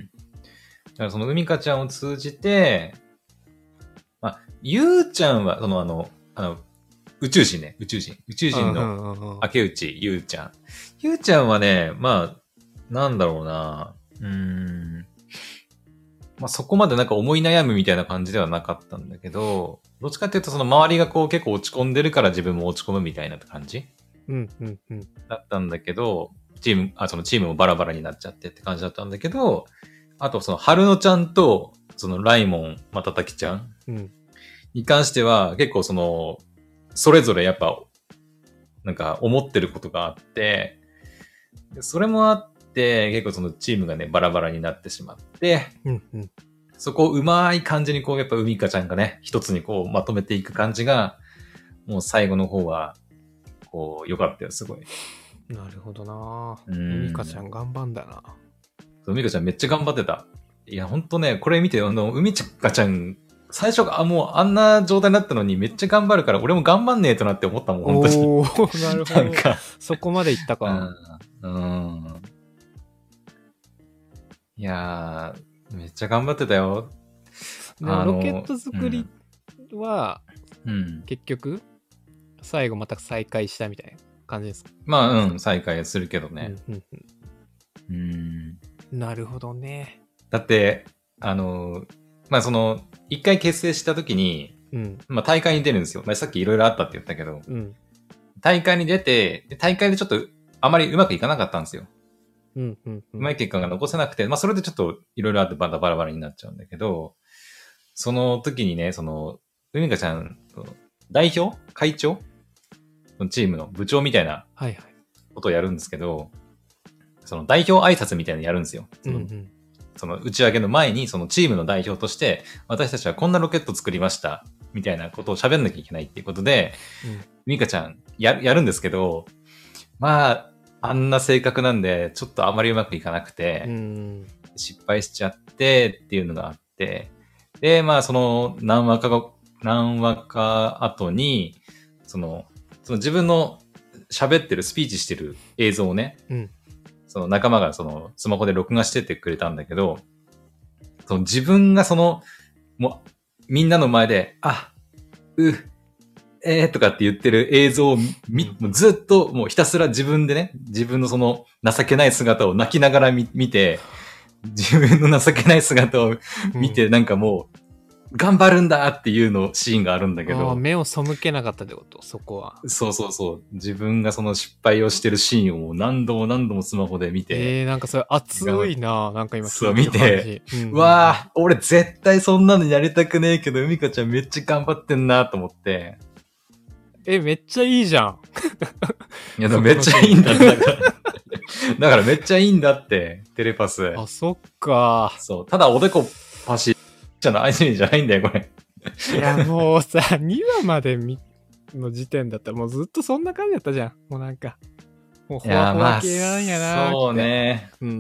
だからその海香ちゃんを通じて、まあ、ゆうちゃんは、そのあの、あの、宇宙人ね、宇宙人。宇宙人の明内ゆうちゃん。ゆうちゃんはね、まあ、なんだろうな。うーん。まあ、そこまでなんか思い悩むみたいな感じではなかったんだけど、どっちかっていうとその周りがこう結構落ち込んでるから自分も落ち込むみたいな感じうんうんうん。 だったんだけど、チーム、あ、そのチームもバラバラになっちゃってって感じだったんだけど、あとその春乃ちゃんと、そのライモン、またたきちゃんに関しては結構その、それぞれやっぱ、なんか思ってることがあって、それもあって、結構そのチームがね、バラバラになってしまって、 うんうん、 そこをうまい感じにこう、やっぱ海香ちゃんがね、一つにこうまとめていく感じが、 もう最後の方は、こう、良かったよ、すごい。 なるほどな。 うん。 海香ちゃん頑張んだな。 そう、海香ちゃんめっちゃ頑張ってた。いや、ほんとね、これ見て、あの、海香ちゃん、最初が、あ、もうあんな状態になったのにめっちゃ頑張るから、俺も頑張んねえとなって思ったもん、本当に。 おー、なるほど。なんかそこまでいったか。 うん。うん。いやー、めっちゃ頑張ってたよ。 でもロケット作りは、 うん、 結局、最後また再開したみたいな感じですか？ まあ、うん、再開するけどね。 うんうんうん。 うん、なるほどね。 だって、あの、まあその、一回結成した時に、うん、まあ大会に出るんですよ。まあ、さっきいろいろあったって言ったけど、うん、大会に出て、大会でちょっとあまりうまくいかなかったんですよ。うんうんうん、うまい結果が残せなくて、まあそれでちょっといろいろあってバラバラバラになっちゃうんだけど、その時にね、その、海香ちゃん、代表会長チームの部長みたいなことをやるんですけど、はいはい、その代表挨拶みたいなのやるんですよ。その、うんうん、その打ち上げの前にそのチームの代表として私たちはこんなロケット作りましたみたいなことを喋んなきゃいけないっていうことで、美香、うん、ちゃんや、やるんですけど、まあ、あんな性格なんでちょっとあまりうまくいかなくて、うん、失敗しちゃってっていうのがあって、で、まあその何話か後、何話か後に、その、その自分の喋ってるスピーチしてる映像をね、うん、その仲間がそのスマホで録画してってくれたんだけど、その自分がその、もうみんなの前で、あ、う、えーとかって言ってる映像をみ、もうずっともうひたすら自分でね、自分のその情けない姿を泣きながら見、見て、自分の情けない姿を見て、なんかもう、頑張るんだっていうのシーンがあるんだけど。 あ、目を背けなかったってこと、そこは。 そうそうそう。自分がその失敗をしてるシーンを何度も何度もスマホで見て。 えー、なんかそれ熱いな。なんか今そう見て、うんうん、わあ、俺絶対そんなのやりたくねえけど、海香ちゃんめっちゃ頑張ってんなと思って。 え、めっちゃいいじゃん。 いや、めっちゃいいんだ。だから、だからめっちゃいいんだって、テレパス。 あ、そっか。 そう。ただおでこパシじゃないじゃないんだよ、これ。 いや、もうさ、にわまでの時点だったらもうずっとそんな感じだったじゃん。もうなんか、もうほわほわ系なんやなーって。 そうね。 うん。うん。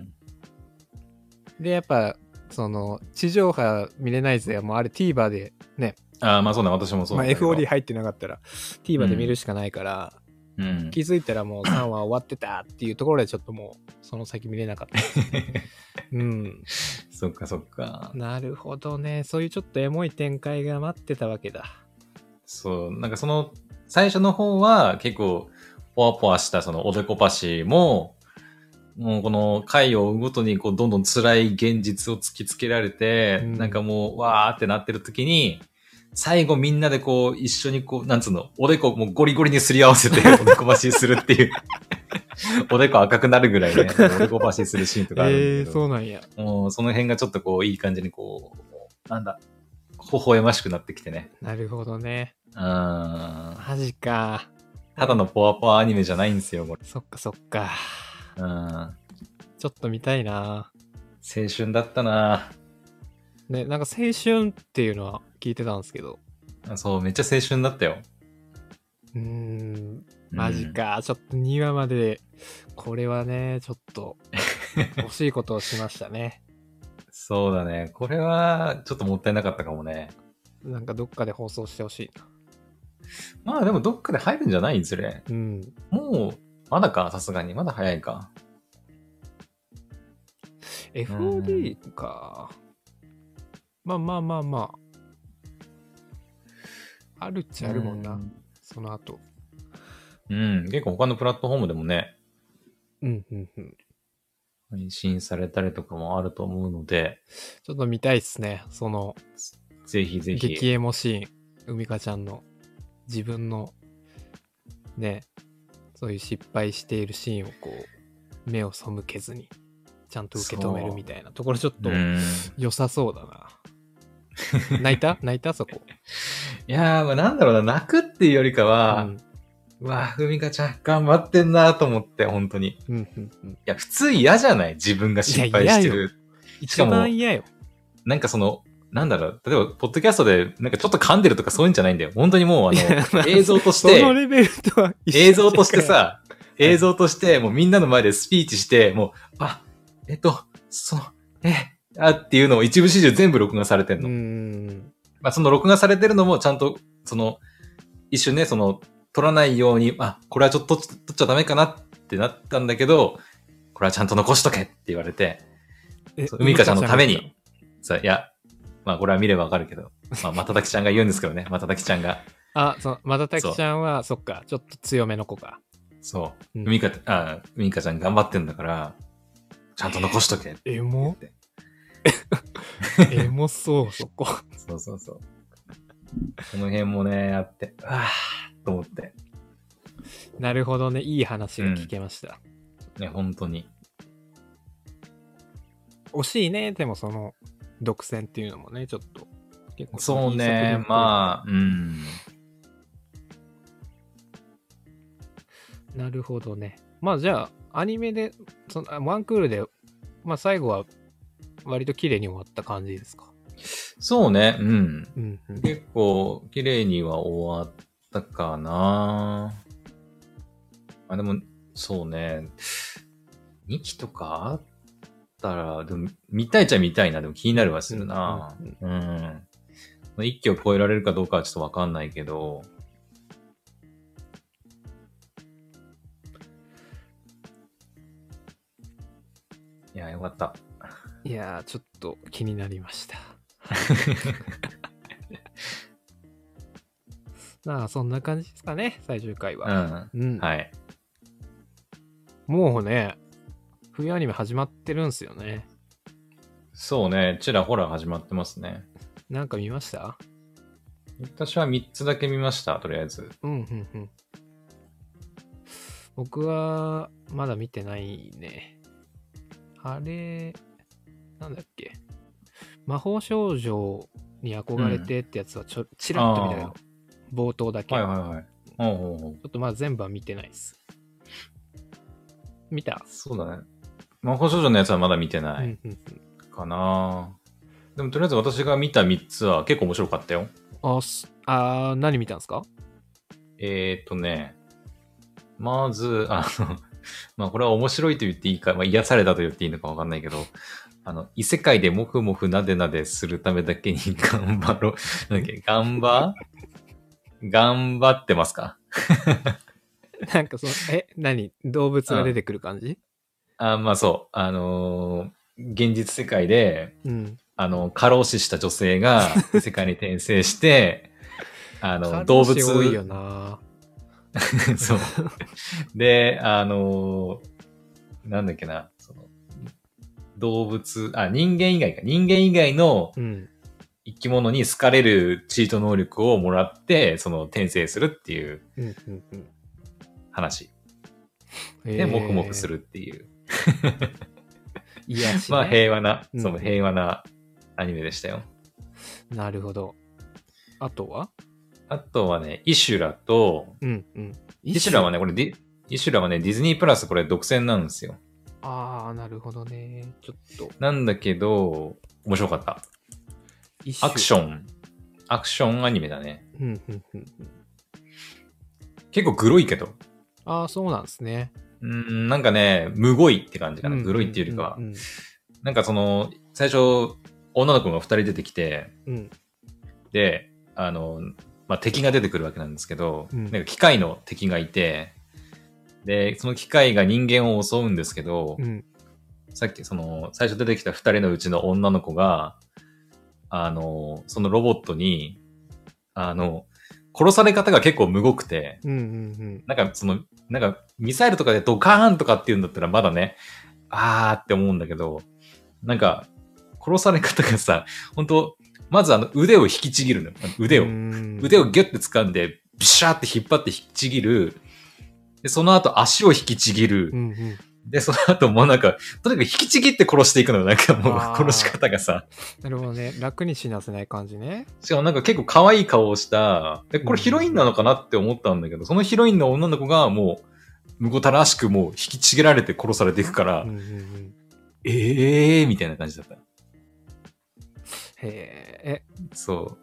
で、やっぱ、その、地上波見れないぜ、もうあれ TVer でね。 ああ、まあそうだ、私もそうだ。 まあ エフオーディー 入ってなかったら TVer で見るしかないから、うん、気づいたらもうさんわ終わってたっていうところでちょっともうその先見れなかったですね。うん。 そっかそっか。 なるほどね。そういうちょっとエモい展開が待ってたわけだ。 そう、なんかその最初の方は結構ポワポワしたそのおでこパシも、もうこの回を追うごとにこうどんどん辛い現実を突きつけられて、うん、なんかもうわーってなってる時に、最後みんなでこう一緒にこう、なんつうの、おでこもうゴリゴリにすり合わせておでこ走りするっていう。おでこ赤くなるぐらいね、おでこ走りするシーンとかあるんだけど。 えー、そうなんや。 もうその辺がちょっとこういい感じにこう、なんだ、微笑ましくなってきてね。 なるほどね。 うん。マジか。 ただのポワポワアニメじゃないんですよ、これ。 そっかそっか。 うん。 ちょっと見たいな。 青春だったな。 ね、なんか青春っていうのは聞いてたんですけど。 そう、めっちゃ青春だったよ。 うーん、マジか。うん、ちょっとにわまで、これはね、ちょっと、欲しいことをしましたね。 そうだね。これは、ちょっともったいなかったかもね。 なんかどっかで放送してほしいな。 まあでもどっかで入るんじゃないいずれ。 うん。 もう、まだか、さすがに。まだ早いか。 エフオーディー か。まあまあまあまあ。あるっちゃあるもんな。んその後。 うん。結構他のプラットフォームでもね。 うんうんうん。 配信されたりとかもあると思うので。 ちょっと見たいっすね。その。 ぜひぜひ。 激エモシーン。海香ちゃんの自分のね、そういう失敗しているシーンをこう、目を背けずに、ちゃんと受け止めるみたいなところちょっと良さそうだな。泣いた泣いたそこ。 いやー、まあ、なんだろうな、泣くっていうよりかは、うん、うわぁ、ふみかちゃん頑張ってんなと思って、本当に。 うんうんうん、いや、普通嫌じゃない自分が失敗してる。 一番嫌よ。 なんかその、 なんだろう、例えば、ポッドキャストで、なんかちょっと噛んでるとかそういうんじゃないんだよ。本当にもう、あの、映像として、 そのレベルとは一緒映像としてさ、映像として、もうみんなの前でスピーチして、もう、あ、えっと、その、え、あっていうのを一部始終全部録画されてんの。 うん。 まあ、その録画されてるのもちゃんと、その、一瞬ね、その、撮らないように、あ、これはちょっと撮っちゃダメかなってなったんだけど、これはちゃんと残しとけって言われて、海香ちゃんのために、さ、いや、まあこれは見ればわかるけど、まあまたたきちゃんが言うんですけどね、またたきちゃんが。 あ、そう、またたきちゃんは、そっか、ちょっと強めの子か。 そう。うん、海香、あ、海香ちゃん頑張ってんだから、ちゃんと残しとけって。 エモエモそう、そこ。 そうそうそう。この辺もね、あって、あーと思って。 なるほどね、いい話が聞けました。 うん、ね、本当に。 惜しいね、でもその、独占っていうのもね、ちょっと。 結構そうね、まあ、うん。 なるほどね。まあじゃあ、アニメで、そのワンクールで、まあ最後は割と綺麗に終わった感じですか？ そうね、うん。 うんうん、 結構綺麗には終わったかな。あ、でも、そうね。にきとかあったら、でも見たいっちゃ見たいな。でも気になるはするな。うん、うんうんうん。いっきを超えられるかどうかはちょっとわかんないけど。いや、よかった。 いやー、ちょっと気になりました。まあ、そんな感じですかね、最終回は。 うん。うん、はい。 もうね、冬アニメ始まってるんすよね。 そうね、ちらほら始まってますね。 なんか見ました？ 私はみっつだけ見ました、とりあえず。 うん、うん、うん。僕は、まだ見てないね。あれ、なんだっけ。魔法少女に憧れてってやつはちょ、ちらっと見たけど、冒頭だけ。 はいはいはい。ほうほうほう。 ちょっとまだ全部は見てないです。見た？ そうだね。魔法少女のやつはまだ見てない。うんうんうん、かな。でもとりあえず私が見たみっつは結構面白かったよ。 あ、あ何見たんですか？ えーっとね、まず、あの、まあこれは面白いと言っていいか、まあ癒されたと言っていいのかわかんないけど、あの、異世界でもふもふなでなでするためだけに頑張ろう。なんだっけ、頑張頑張ってますか？ なんかその、え、何動物が出てくる感じ？うん、 あ、まあそう。あのー、現実世界で、 うん、 あの、過労死した女性が異世界に転生して、あの、動物。 多いよなそう。で、あのー、なんだっけな、その、動物、あ、人間以外か。人間以外の生き物に好かれるチート能力をもらって、その転生するっていう話。で、もふもふするっていう。 いやし、ね、 まあ平和な、うん、その平和なアニメでしたよ。 なるほど。あとはあとはね、イシュラと、 うんうん、 イシュラはね、これディ、イシュラはね、ディズニープラスこれ独占なんですよ。 ああ、なるほどね。ちょっと。 なんだけど、面白かった。アクション、アクションアニメだね。 うんうんうん、 結構グロいけど。 ああ、そうなんですね。 うん、なんかね、むごいって感じかな。グロいっていうよりかは。うんうんうんうん、なんかその、最初、女の子が二人出てきて、うん、で、あの、まあ、敵が出てくるわけなんですけど、うん、なんか機械の敵がいて、で、その機械が人間を襲うんですけど、うん、さっきその、最初出てきた二人のうちの女の子が、あの、そのロボットに、あの、殺され方が結構むごくて、うんうんうん、なんかその、なんかミサイルとかでドカーンとかっていうんだったらまだね、あーって思うんだけど、なんか、殺され方がさ、本当まずあの腕を引きちぎるの。腕を。腕をギュッて掴んで、ビシャーって引っ張って引きちぎる。で、その後足を引きちぎる。うんうん、で、その後もうなんか、とにかく引きちぎって殺していくの。なんかもう殺し方がさ。 なるほどね。楽に死なせない感じね。 しかもなんか結構可愛い顔をした、で、これヒロインなのかなって思ったんだけど、そのヒロインの女の子がもう、むごたらしくもう引きちぎられて殺されていくから、うんうんうん、えーみたいな感じだった。 へえ。 そう。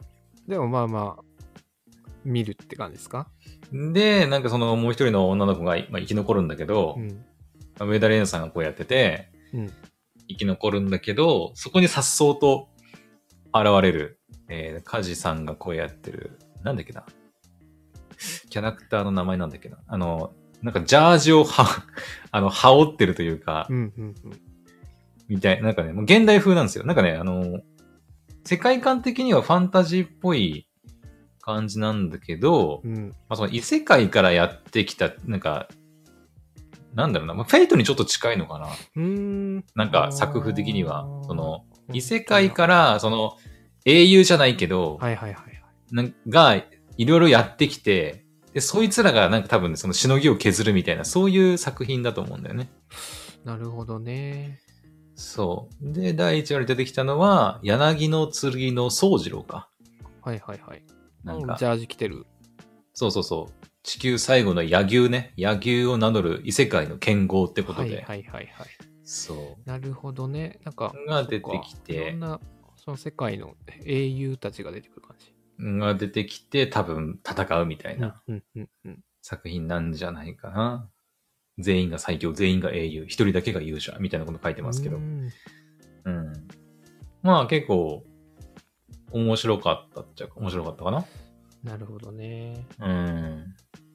でもまあまあ、見るって感じですか？ で、なんかそのもう一人の女の子が、まあ、生き残るんだけど、うん、上田玲奈さんがこうやってて、うん、生き残るんだけど、そこに颯爽と現れる、えー、梶さんがこうやってる、なんだっけな。キャラクターの名前なんだっけな。あの、なんかジャージをは、あの、羽織ってるというか、うんうんうん、みたい、なんかね、もう現代風なんですよ。なんかね、あの、世界観的にはファンタジーっぽい感じなんだけど、うん、まあその異世界からやってきた、なんか、なんだろうな、まあ、フェイトにちょっと近いのかな。うーんなんか作風的には、その、異世界から、その、英雄じゃないけど、はいはいはい、はい。が、いろいろやってきて、で、そいつらがなんか多分ね、そのしのぎを削るみたいな、そういう作品だと思うんだよね。 なるほどね。 そう。で、第一話に出てきたのは、柳の剣の宗次郎か。 はいはいはい。なんか、ジャージ着てる。 そうそうそう。地球最後の柳生ね。柳生を名乗る異世界の剣豪ってことで。はいはいはいはい。 そう。なるほどね。なんか、 が出てきて。 いろんな、その世界の英雄たちが出てくる感じ。 が出てきて、多分戦うみたいな作品なんじゃないかな。全員が最強、全員が英雄、一人だけが勇者みたいなこと書いてますけど。うん,、うん。まあ結構、面白かったっちゃ、面白かったかな。 なるほどね。 うん。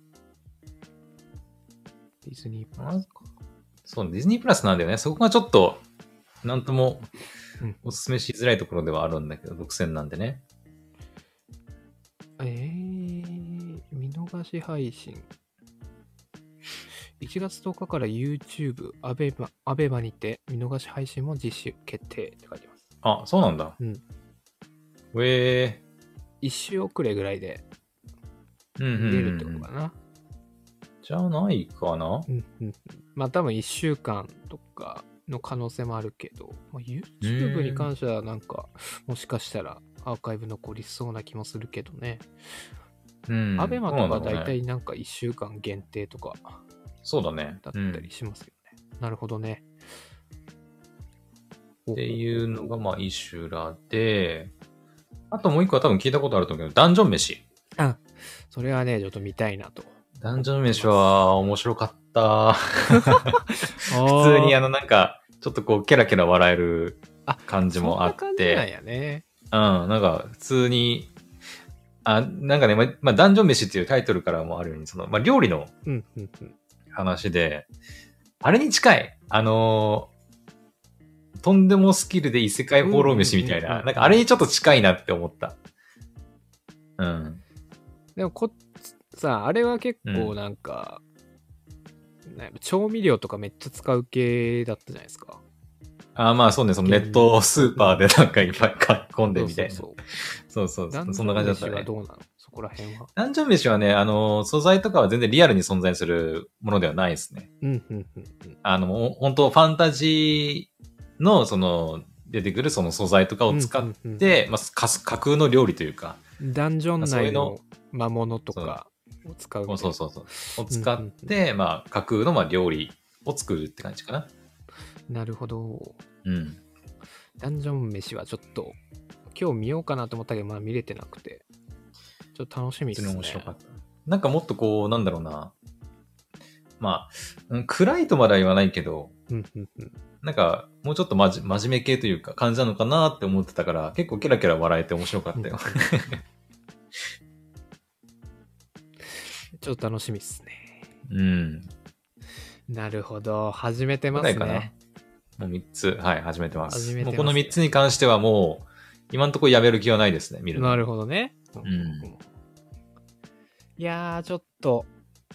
ディズニープラスか。 そう、ディズニープラスなんだよね。そこがちょっと、なんとも、おすすめしづらいところではあるんだけど、独占なんでね。 えー、見逃し配信。いちがつとおかから YouTube、アベマ、アベマにて見逃し配信も実施決定って書いてます。 あ、そうなんだ。うん。えー。 一周遅れぐらいで見れるってことかな。うんうんうん、 じゃないかな、 うんうん、まあ多分いっしゅうかんとかの可能性もあるけど、まあ、YouTube に関してはなんかもしかしたらアーカイブ残りそうな気もするけどね。うん。アベマとかだいたいなんかいっしゅうかん限定とか。 そうだね。 だったりしますよね。うん、なるほどね。 っていうのがまあイシュラで、あともう一個は多分聞いたことあると思うけど、ダンジョン飯。 あ、それはね、ちょっと見たいなと。 ダンジョン飯は面白かった。普通にあのなんか、ちょっとこうケラケラ笑える感じもあって。そんな感じなんやね。うん、なんか普通に、あ、なんかね、ま、まあ、ダンジョン飯っていうタイトルからもあるように、その、まあ、料理の話で、あれに近い。あのー、とんでもスキルで異世界放浪飯みたいな、なんかあれにちょっと近いなって思った。うん。 でもこさ、あれは結構なんか、うん、調味料とかめっちゃ使う系だったじゃないですか。 ああ、まあそうね、そのネットスーパーでなんかいっぱい買い込んでみたいな。そうそうそう。そうそう、そんな感じだったね。ダンジョン飯はどうなの？そこら辺は。ダンジョン飯はね、あの、素材とかは全然リアルに存在するものではないですね。うん、うん、うん。あの、本当ファンタジーの、その、出てくるその素材とかを使って、まあ、架空の料理というか。 ダンジョン内の魔物とかを使うみたいな。 そうそうそうそう。を使って、まあ、架空のまあ料理を作るって感じかな。 なるほど。うん。ダンジョン飯はちょっと、今日見ようかなと思ったけど、まだ見れてなくて、ちょっと楽しみですね。面白かった。 なんかもっとこう、なんだろうな。まあ、暗いとまでは言わないけど、うんうんうん、なんか、もうちょっとまじ真面目系というか感じなのかなって思ってたから、結構キラキラ笑えて面白かったよ。 ちょっと楽しみですね。 うん。 なるほど。始めてますね。かなもうみっつ、はい、始めてます。始めてますね、もうこのみっつに関してはもう、今のところやめる気はないですね、見るの。 なるほどね。うん。いやー、ちょっと、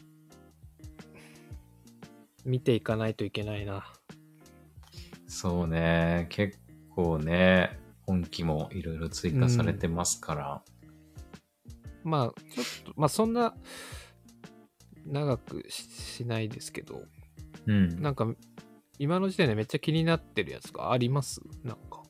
見ていかないといけないな。 そうね、結構ね、本気もいろいろ追加されてますから。 うん、まあ、ちょっと、まあそんな、長く し, しないですけど、うん。なんか、今の時点でめっちゃ気になってるやつがあります？なんか。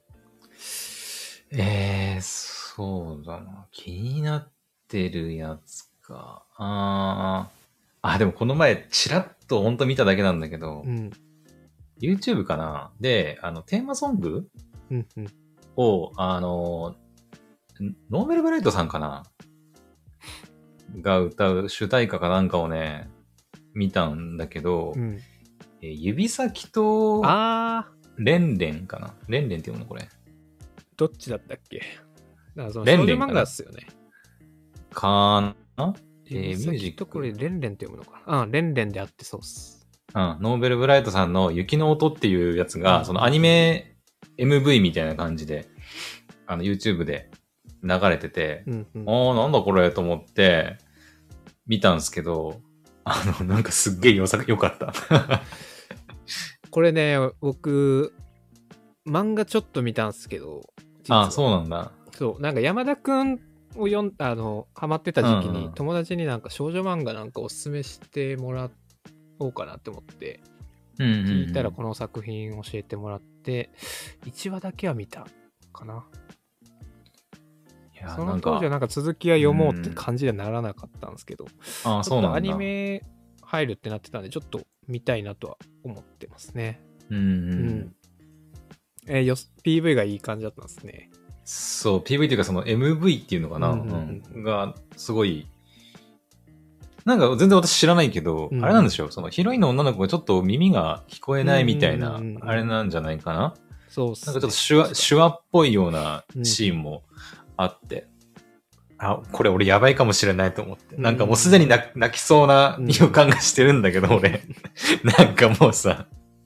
えー、そうだな。気になってるやつか。あー。あ、でもこの前、チラッとほんと見ただけなんだけど、うん、YouTube かなで、あの、テーマソング、うんうん、 を、あの、ノーベルブライトさんかなが歌う主題歌かなんかをね、見たんだけど、うん、え指先と、 あー。レンレンかなレンレンって読むのこれ。 どっちだったっけ？なんかその少女漫画っすよね。 かなえー、ミュージック。これレンレンって読むのかな？うん、レンレンであってそうっす。 うん、ノーベルブライトさんの雪の音っていうやつが、うん、そのアニメ エムブイ みたいな感じで、あの YouTube で流れてて、うんうん、ああ、なんだこれと思って見たんですけど、あの、なんかすっげえ良さ、良かった。 これね、僕、漫画ちょっと見たんですけど、 ああ、そうなんだ。 そう、なんか山田くんを読ん、あの、ハマってた時期に、うんうん、友達になんか少女漫画なんかおすすめしてもらおうかなって思って、うんうんうん、聞いたらこの作品教えてもらって、いちわだけは見たかな。いやその当時はなんか続きは読もうって感じにはならなかったんですけど、 うん、ああ、そうなんだ。 アニメ入るってなってたんで、ちょっと見たいなとは思ってますね。 うんうん。うんえー、よ ピーブイ がいい感じだったんですね。 そう、ピーブイ っていうかその エムブイ っていうのかな、うんうんうん、が、すごい、なんか全然私知らないけど、うん、あれなんでしょう、そのヒロインの女の子がちょっと耳が聞こえないみたいな、あれなんじゃないかな、 そうっすね。 なんかちょっと手話、手話っぽいようなシーンもあって、うん、あ、これ俺やばいかもしれないと思って、うん、なんかもうすでに泣きそうな予感がしてるんだけど、うん、俺、なんかもうさ、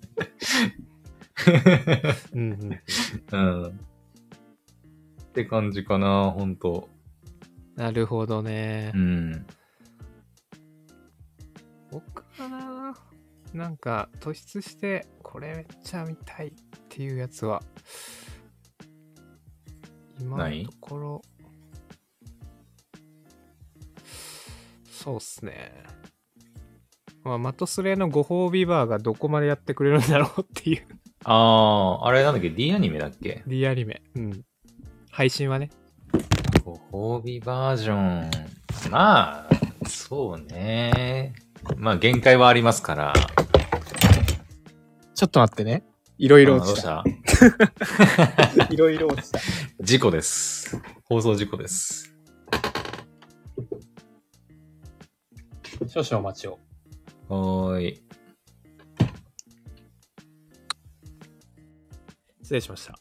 うん、うん、って感じかな、ほんと。 なるほどね。 うん。 僕はな、なんか突出してこれめっちゃ見たいっていうやつは今のところそうっすね。まあマトスレのご褒美バーがどこまでやってくれるんだろうっていう。 ああ、あれなんだっけ D アニメだっけ ?D アニメ。うん。配信はね。 ご褒美バージョン。まあ、そうね。まあ限界はありますから。 ちょっと待ってね。いろいろ落ちた。 いろいろ落ちた。 事故です。放送事故です。 少々お待ちを。 はーい。 失礼しました。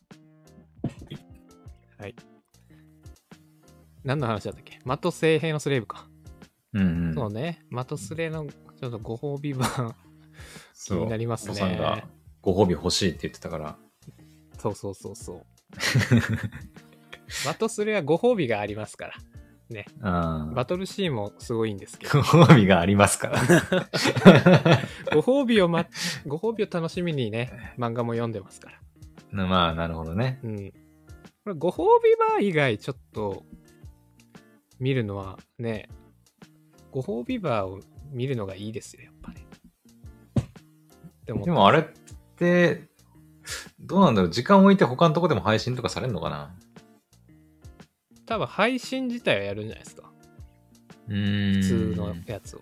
はい。何の話だったっけ？マト聖兵のスレーブか。 うんうん。 そうね。マトスレのちょっとご褒美版気になりますね。おさんがご褒美欲しいって言ってたから。 そうそうそうそう。マトスレはご褒美がありますから。ね。バトルシーンもすごいんですけど。 ご褒美がありますから。 ご褒美をま、ご褒美を楽しみにね、漫画も読んでますから。 まあ、なるほどね。 うん。これご褒美バー以外ちょっと見るのはね、ご褒美バーを見るのがいいですよ、やっぱり。 でも、でもあれって、どうなんだろう、時間を置いて他のとこでも配信とかされるのかな？ 多分配信自体はやるんじゃないですか。 うーん。 普通のやつを。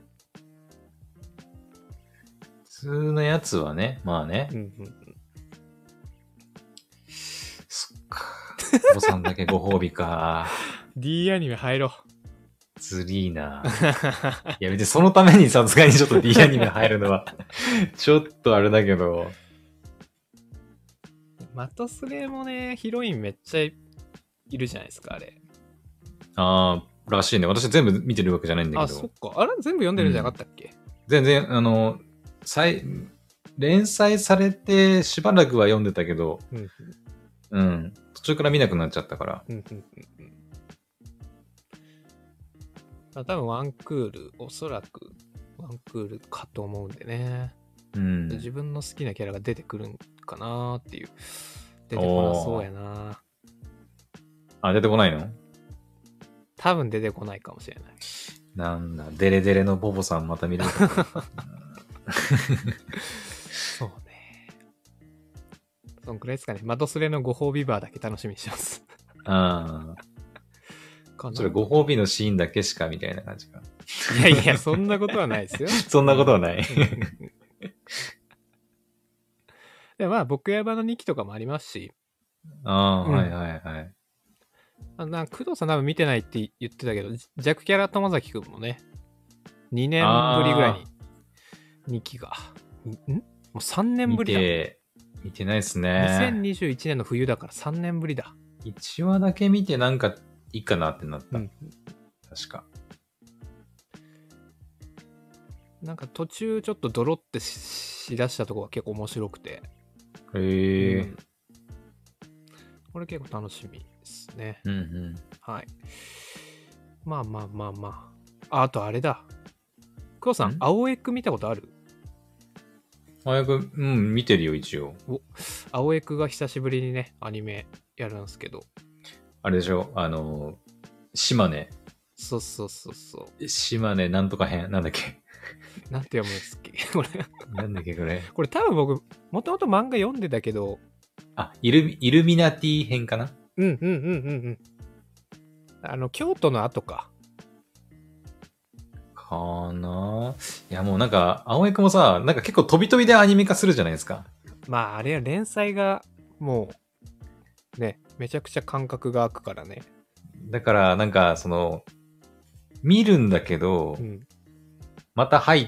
普通のやつはね、まあね。 うんうんうん。 そっか。お子さんだけご褒美か。 D アニメ入ろう。 ずりーな。いや別にそのためにさすがにちょっと D アニメ入るのはちょっとあれだけど。 マトスレもね、ヒロインめっちゃいるじゃないですか、あれ。 ああ、らしいね。私全部見てるわけじゃないんだけど。 あ、そっか。あれ全部読んでるんじゃなかったっけ？うん、 全然、あの、再、連載されてしばらくは読んでたけど、うん、うん、途中から見なくなっちゃったから。うんうんうんうん多分ワンクール、おそらくワンクールかと思うんでね。 うん、 自分の好きなキャラが出てくるんかなーっていう。出てこなそうやな。 あ、出てこないの？ 多分出てこないかもしれない。 なんだ、デレデレのボボさんまた見れるかそうね。そんくらいですかね。マトスレのご褒美バーだけ楽しみにします。 ああ。それご褒美のシーンだけしかみたいな感じか。 いやいや、そんなことはないですよ。 そんなことはない。 でまあ、僕やばのにきとかもありますし、 ああ、 うんはいはいはい。 あなんか工藤さん多分見てないって言ってたけど、弱キャラ友崎くんもね、にねんぶりぐらいにああ、 にきが。んんもうさんねん見ぶりだ。 て、見てないっすね。 にせんにじゅういちねんの冬だからさんねんぶりだ。 いちわだけ見てなんかいいかなってなった。 うん。 確か。 なんか途中ちょっとドロってししだしたとこが結構面白くて。 へえ、 うん。これ結構楽しみですね。 うんうん。 はい。まあまあまあまあ。あ、あとあれだ。クオさん、 ん青エッグ見たことある？ 早く、うん、見てるよ、一応。 お、青エッグが久しぶりにね、アニメやるんですけど。 あれでしょあの、島根。 そうそうそうそう。 島根なんとか編。なんだっけなんて読むんですっけこれ。 なんだっけこれ。 これ多分僕、もともと漫画読んでたけど、 あ、イルミ、イルミナティ編かなうんうんうんうんうん。あの、京都の後か。 かないや、もうなんか、青江くんもさ、なんか結構飛び飛びでアニメ化するじゃないですか。 まあ、あれは連載が、もう、ね、めちゃくちゃ間隔が空くからね。 だから、なんか、その、見るんだけど、 うん。 また入って、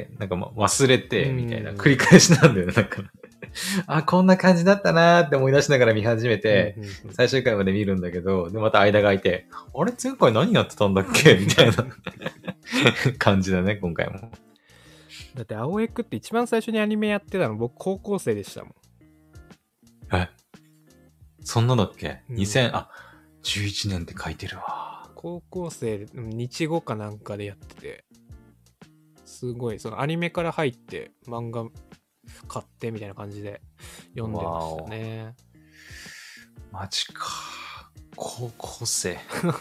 なんかま忘れて、みたいなうん繰り返しなんだよね。なんかあ、こんな感じだったなーって思い出しながら見始めて、 うんうんうん最終回まで見るんだけど、で、また間が空いて、あれ前回何やってたんだっけみたいな感じだね、今回も。 だって、青エッグって一番最初にアニメやってたの僕高校生でしたもん。 え、そんなだっけ、 うんにせん、あ、じゅういちねんって書いてるわ。 高校生、日語かなんかでやってて、すごい、そのアニメから入って漫画買ってみたいな感じで読んでましたね。 マジか。高校生。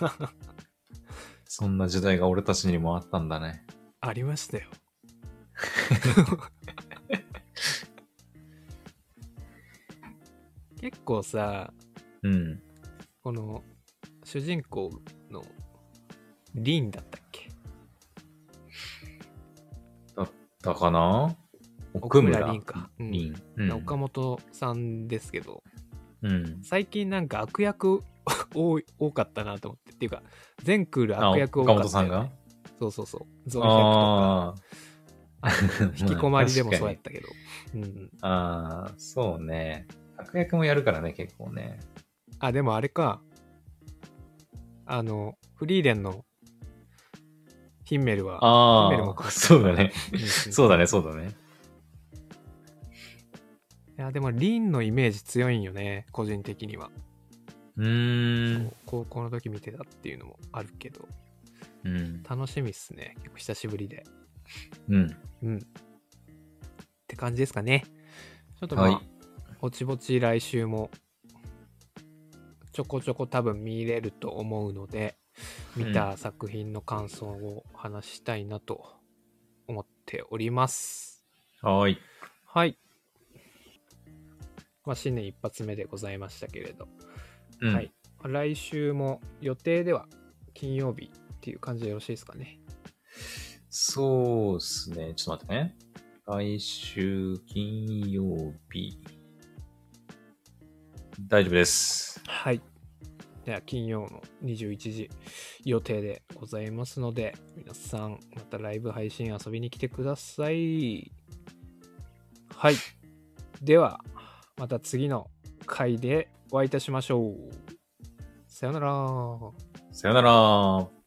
そんな時代が俺たちにもあったんだね。 ありましたよ。結構さ、 うん。 この主人公のリンだったっけ？ だったかな奥奥村村凛か。うん凛。うん。 岡本さんですけど、 うん。 最近なんか悪役多い多かったなと思って。っていうか、全クールあ、 悪役多岡かったよ、ね。 本さんがそうそうそう。ゾンひゃくとか、 ああ。 あと、引きこもりでもそうやっまたけど。うん。 ああ、そうね。悪役もやるからね、結構ね。 あ、でもあれか。あの、フリーレンのヒンメルは、ヒンメルもああ、そうだね。 うんうんそうだね、そうだね。 いや、でもリンのイメージ強いんよね、個人的には。 うー。 そうん高校の時見てたっていうのもあるけど、 うん。 楽しみっすね。結構久しぶりで。 うん。 うん。って感じですかね。ちょっとまあ、 はい。 ぼちぼち来週もちょこちょこ多分見れると思うので、見た作品の感想を話したいなと思っております。 はい。 はい。まあ、新年一発目でございましたけれど、 うん、 はい。来週も予定では金曜日っていう感じでよろしいですかね。 そうっすね。ちょっと待ってね。来週金曜日。大丈夫です。 はい。では金曜のにじゅういちじ予定でございますので、皆さんまたライブ配信遊びに来てください。はい。では、また次の回でお会いいたしましょう。さよなら。 さよなら。